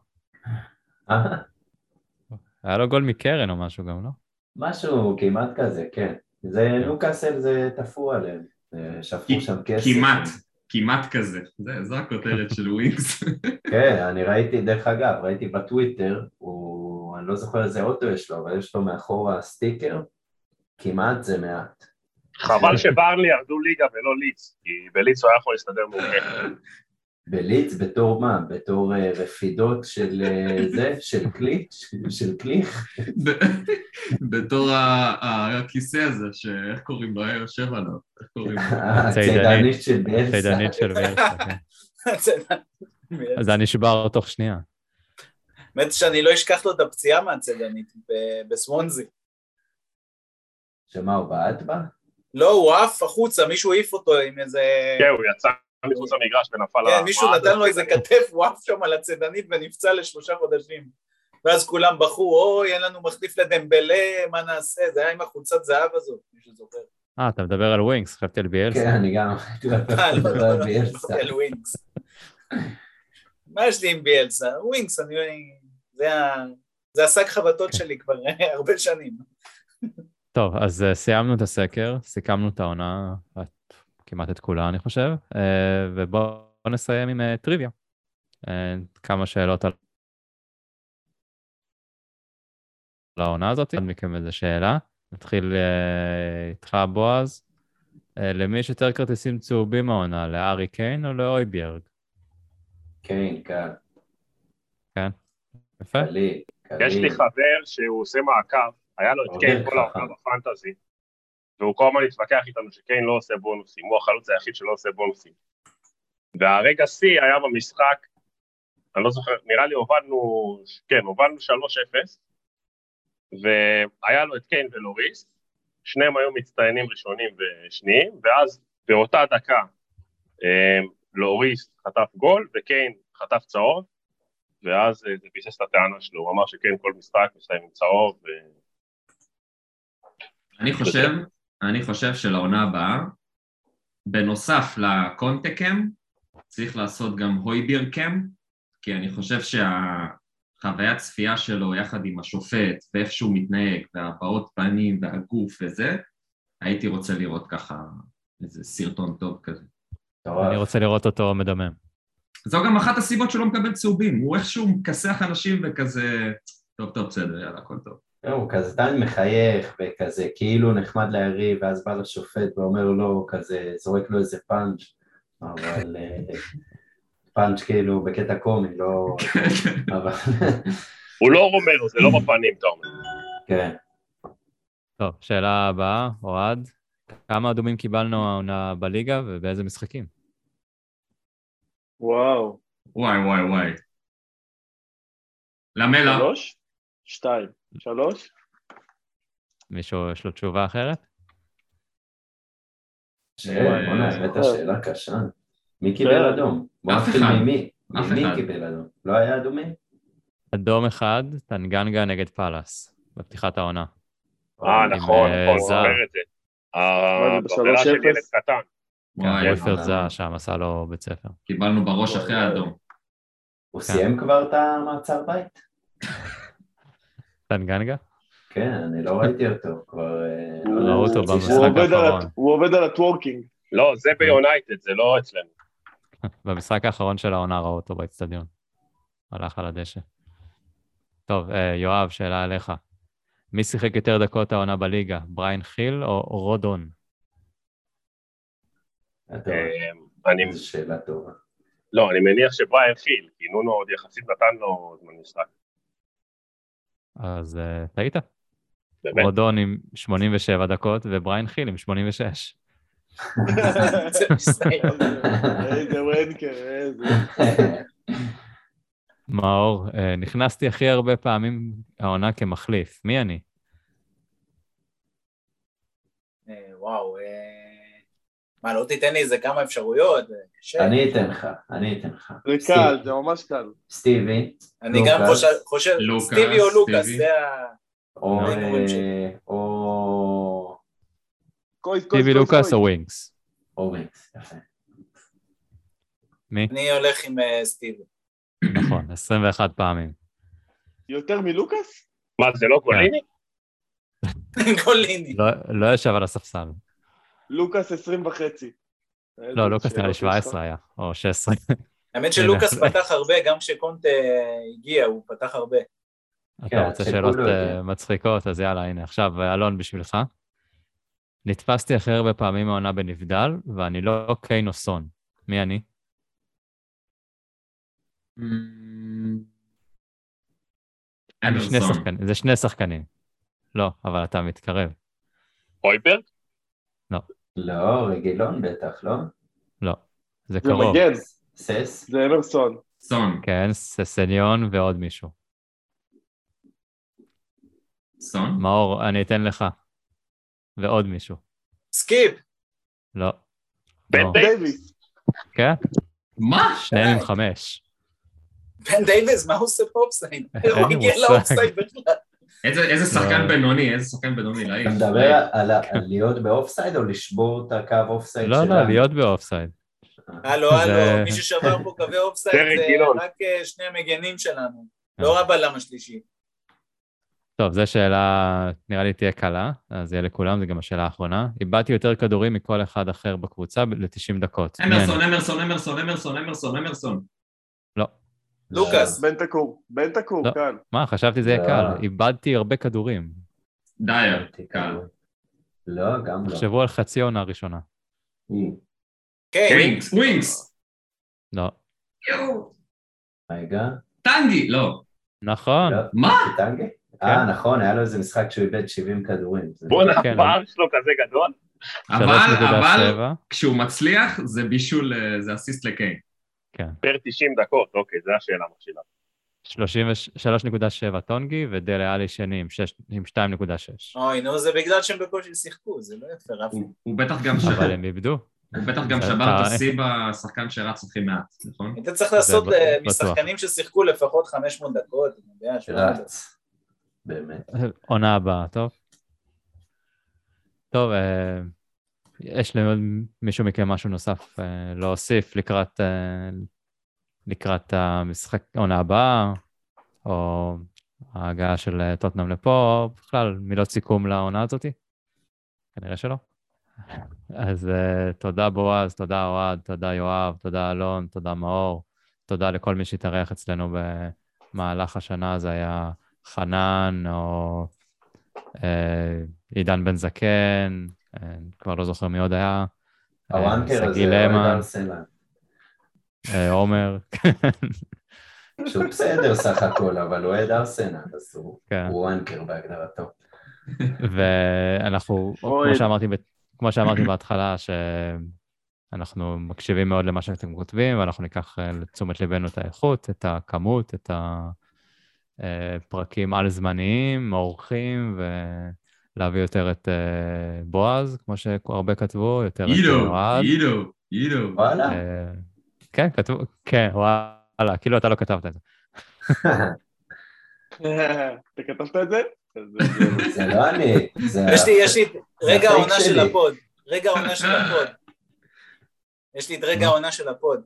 היה לו גול מקרן או משהו גם, לא? משהו כמעט כזה, כן. זה נוקאסל, זה תפור עליהם. שפכו שם כסף. כמעט כזה. זו הכותרת של ווינקס. כן, אני ראיתי, דרך אגב, ראיתי בטוויטר, אני לא זוכר איזה אוטו יש לו, אבל יש לו מאחורה סטיקר, כמעט זה מעט. חבל שברלי ירדו ליגה ולא ליץ, כי בליץ הוא היה יכול להסתדר מעולה. בליץ בתור מה? בתור רפידות של זה? של קליך? בתור הכיסא הזה, שאיך קוראים לו? היה יושב עליו. הציידנית של ביאלסה. הציידנית של ביאלסה, כן. אז אני נשבר תוך שנייה. באמת שאני לא אשכח לו את הפציעה מהציידנית בסוונזי. שמה הוא בעט בה? לא, הוא עף החוצה, מישהו העיף אותו עם איזה... כן, הוא יצא מחוץ למגרש ונפל... כן, מישהו נתן לו איזה כתף, הוא עף שם על הצדנית ונפצע ל3 חודשים. ואז כולם בחרו, אוי, אין לנו מחליף לדמבלה, מה נעשה? זה היה עם החולצת זהב הזאת, מישהו זוכר. אתה מדבר על ווינגס, חשבתי על ביאלסה. כן, אני גם... לא, על ווינגס. מה יש לי עם ביאלסה? ווינגס, זה השק חבטות שלי כבר הרבה שנים. טוב, אז סיימנו את הסקר, סיכמנו את העונה, כמעט את כולה, אני חושב, ובואו נסיים עם טריוויה. כמה שאלות על העונה הזאת, עוד מכם איזו שאלה. נתחיל איתך, בועז. למי יש יותר כרטיסים צהובים העונה, לארי קיין או לאויביארג? קיין, קל. כן, יפה. קליל. יש לי חבר שהוא עושה מעקב, היה לו את קיין כל העונה בפנטזי, והוא כל הזמן התווכח איתנו שקיין לא עושה בונוסים, הוא החלוץ היחיד שלא עושה בונוסים. והרגע C היה במשחק, אני לא זוכר, נראה לי הובלנו 3-0, והיה לו את קיין ולוריס, שניהם היו מצטיינים ראשונים ושניים, ואז באותה דקה לוריס חטף גול, וקיין חטף צהוב, ואז זה ביסס את הטענה שלו, הוא אמר שקיין כל משחק מסיים עם צהוב. אני חושב שלעונה הבאה, בנוסף לקונטקם, צריך לעשות גם הויבירקם, כי אני חושב שהחוויית צפייה שלו יחד עם השופט, ואיפה שהוא מתנהג, והבעות פנים והגוף וזה, הייתי רוצה לראות ככה איזה סרטון טוב כזה. אני רוצה לראות אותו מדמם. זו גם אחת הסיבות שהוא לא מקבל צהובים, הוא איכשהו מכסח אנשים וכזה, טוב, בסדר, יאללה, הכל טוב. הוא כזה די מחייך וכזה, כאילו נחמד להריב, ואז בא לשופט ואומר לו, כזה, זורק לו איזה פאנץ', אבל פאנץ' כאילו בקטע קומי, לא... הוא לא רומר, זה לא בפנים, אתה אומר. כן. טוב, שאלה הבאה, אוהד. כמה אדומים קיבלנו העונה בליגה ובאיזה משחקים? וואו. וואי. למלה. 3? 2. 3? מישהו יש לו תשובה אחרת? בוא'נה, הבאת שאלה קשה. מי קיבל אדום? בוא נתחיל ממי. מי קיבל אדום? לא היה אדומים? אדום אחד, טנגנגה נגד פלאס, בפתיחת העונה. נכון, זוכר את זה. הברירה של ילד קטן. וויפרד זה שם, עשה לו בית ספר. קיבלנו בראש אחרי האדום. הוא סיים כבר את המעצר בית? טנגנגה? כן, אני לא ראיתי אותו כבר... ראו אותו במשחק האחרון. הוא עובד על הטוורקינג. לא, זה ביונייטד, זה לא אצלנו. במשחק האחרון של העונה ראו אותו באצטדיון. הלך על הדשא. טוב, יואב, שאלה עליך. מי שיחק יותר דקות העונה בליגה? בריין חיל או רודון? זו שאלה טובה. לא, אני מניח שבריין חיל, כי נונו עוד יחסית נתן לו זמן משחק. אז טעית. רודון עם 87 דקות ובריין חיל עם 86. איזה ונקר, איזה. מאור, נכנסתי הכי הרבה פעמים העונה כמחליף. מי אני? וואו, מה, לא תיתן לי איזה כמה אפשרויות? אני אתן לך. זה קל, זה ממש קל. סטיבי. אני גם חושב, סטיבי או לוקאס, זה ה... או... סטיבי לוקאס או ווינגס? או ווינגס, יפה. מי? אני הולך עם סטיבי. נכון, 21 פעמים. יותר מלוקאס? מה, זה לא גוליני? גוליני. לא ישב על הספסל. לוקאס 20 וחצי. לא, לוקאס נראה לי 17 היה, או 16. האמת שלוקאס פתח הרבה, גם כשקונט הגיע, הוא פתח הרבה. אתה רוצה שאלות מצחיקות, אז יאללה, הנה, עכשיו, אלון בשבילך. נתפסתי הכי הרבה פעמים העונה בנבדל, ואני לא קיין או סון. מי אני? זה שני שחקנים. לא, אבל אתה מתקרב. הויברג? לא. לא, רגילון בטח, לא? לא. זה זה קרוב. מגן. סס? זה אמרסון. סון. כן, ססניון ועוד מישהו. סון? מאור, אני אתן לך. ועוד מישהו. סקיפ. לא. בן לא. דייוויס. כן? מה? שניהם עם 5. בן דייוויס, מה הוא עושה באופסייד? אין הוא לי הגיע מושג. לאופסייד בכלל. איזה שחקן בינוני, איזה שחקן בינוני, להעיף. אתה מדבר על להיות באופסייד או לשבור את הקו אופסייד לא, שלנו? לא, להיות באופסייד. הלו, מי ששבר פה קווי אופסייד דרק זה גילון. רק שני המגנים שלנו, לא הבלם השלישי. טוב, זו שאלה, נראה לי תהיה קלה, אז יהיה לכולם, זו גם השאלה האחרונה. איבדתי יותר כדורים מכל אחד אחר בקבוצה ל-90 דקות. מי אני? אמרסון. לא. לוקאס. בן תקור, לא. כאן. מה, חשבתי זה יהיה לא. קל. איבדתי הרבה כדורים. דייר, קל. לא, גם לא. תחשבו על חצי עונה הראשונה. קיין. ווינקס. לא. יואו. רגע. טנגי, לא. נכון. לא. מה? טנגי? נכון, היה לו איזה משחק שהוא איבד 70 כדורים. בוא'נה, כן, הפער שלו כזה גדול. אבל כשהוא מצליח זה בישול, זה אסיסט לקיין. כן. פר 90 דקות, אוקיי, זו השאלה מכשילה. 33.7 טונגי, ודלה עלי שני עם 2.6. אוי, נו, זה בגלל שהם בקושי שיחקו, זה לא יפה, רפי. הוא בטח גם אבל הם איבדו. הוא בטח גם שבר את השיא בשחקן שרץ הכי מעט, נכון? היית צריך לעשות בטוח. משחקנים ששיחקו לפחות 500 דקות, אני יודע, רץ. באמת. עונה הבאה, טוב? טוב, יש לעוד מישהו מכם משהו נוסף להוסיף לקראת המשחק עונה הבאה, או ההגעה של טוטנהאם לפה, או בכלל מילות סיכום לעונה הזאת? כנראה שלא. אז תודה בועז, תודה אוהד, תודה יואב, תודה אלון, תודה מאור, תודה לכל מי שהתארח אצלנו במהלך השנה, זה היה חנן או עידן בן זקן, כבר לא זוכר מי עוד היה, הוואנקר הזה, סגי אוהד למן, ארסנל. עומר, שהוא בסדר סך הכל, אבל אוהד ארסנל, אז כן. הוא וואנקר בהגדרתו. ואנחנו, כמו שאמרתי בהתחלה, שאנחנו מקשיבים מאוד למה שאתם כותבים, ואנחנו ניקח לתשומת ליבנו את האיכות, את הכמות, את הפרקים על זמניים, אורחים, ולהביא יותר את בועז, כמו שהרבה כתבו, יותר את אוהד. אידו. וואלה? כן, כתבו, כן, וואלה, כאילו אתה לא כתבת את זה. אתה כתבת את זה? זה לא אני, זה... יש לי רגע הפייק העונה של שלי. הפוד. יש לי את רגע העונה של הפוד.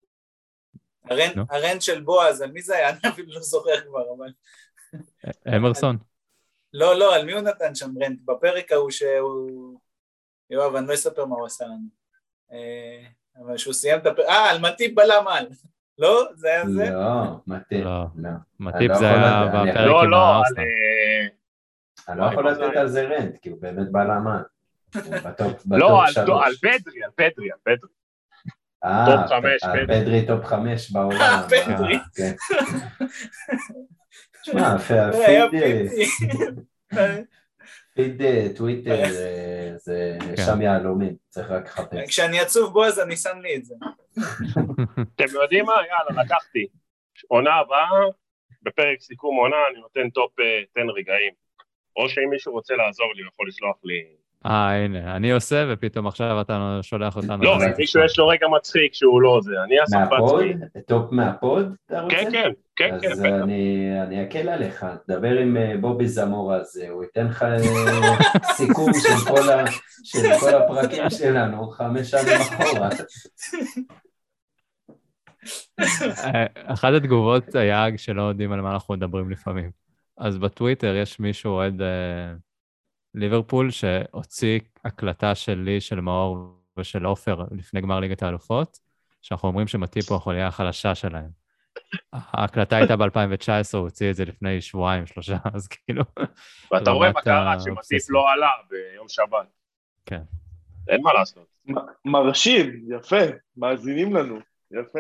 הרנט של בועז, על מי זה היה? אני אפילו לא זוכר כבר, אבל... אמרסון. לא, על מי הוא נתן שם רנט? בפרק ההוא שהוא... יואב, אני לא אספר מה הוא עשה לנו. אבל שהוא סיים את הפרק... על מטיפ בלם על. לא? זה היה זה? לא, מטיפ. לא. לא. מטיפ אני זה לא יכול היה לדעת, בפרק לא, עם לא, הארסנל. אני לא יכול לתת על זה רנט, כי הוא באמת בלם. לא, על פדרי. טופ 5, פדרי טופ 5 בעולם. פדרי. תשמע, פיד טוויטר, שם יעלומים, צריך רק לחפש. כשאני עצוב בועז אני שם לי את זה. אתם יודעים מה? יאללה, לקחתי. עונה הבאה, בפרק סיכום עונה, אני נותן טופ 10 רגעים. או שאם מישהו רוצה לעזור לי, הוא יכול לשלוח לי... הנה, אני עושה, ופתאום עכשיו אתה שולח אותנו. לא, אם מישהו יש לו רגע מצחיק שהוא לא זה, אני אעשה מהפוד? בעצמי. טופ מהפוד, אתה רוצה? כן. אז אני אקל עליך, דבר עם בובי זמורה הזה, הוא ייתן לך סיכום של כל הפרקים שלנו, 5 שנים אחורה. אחת התגובות היה שלא יודעים על מה אנחנו מדברים לפעמים. אז בטוויטר יש מישהו אוהד ליברפול שהוציא הקלטה שלי, של מאור ושל אופר לפני גמר ליגת האלופות, שאנחנו אומרים שמטיפ הוא החוליה החלשה שלהם. ההקלטה הייתה ב-2019, הוא הוציא את זה לפני 2-3 שבועות, אז כאילו... ואתה רואה בקרה שמטיפ לא עלה ביום שבת. כן. אין מה לעשות. מרשים, יפה, מאזינים לנו, יפה.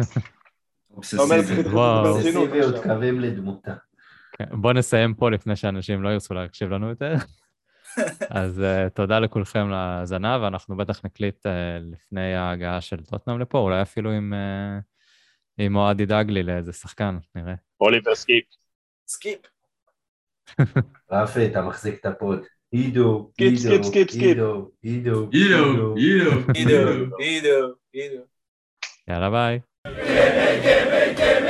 אובססיביות, קווים לדמותה. בוא נסיים פה לפני שאנשים לא ירצו להקשיב לנו יותר. אז תודה לכולכם להאזנה, ואנחנו בטח נקליט לפני ההגעה של טוטנהאם לפה, אולי אפילו אם אוהד ידאג לי לאיזה שחקן, נראה. אוליבר סקיפ. סקיפ. רפי, אתה מחזיק את הפוד. עידו, עידו. עידו. יאללה ביי.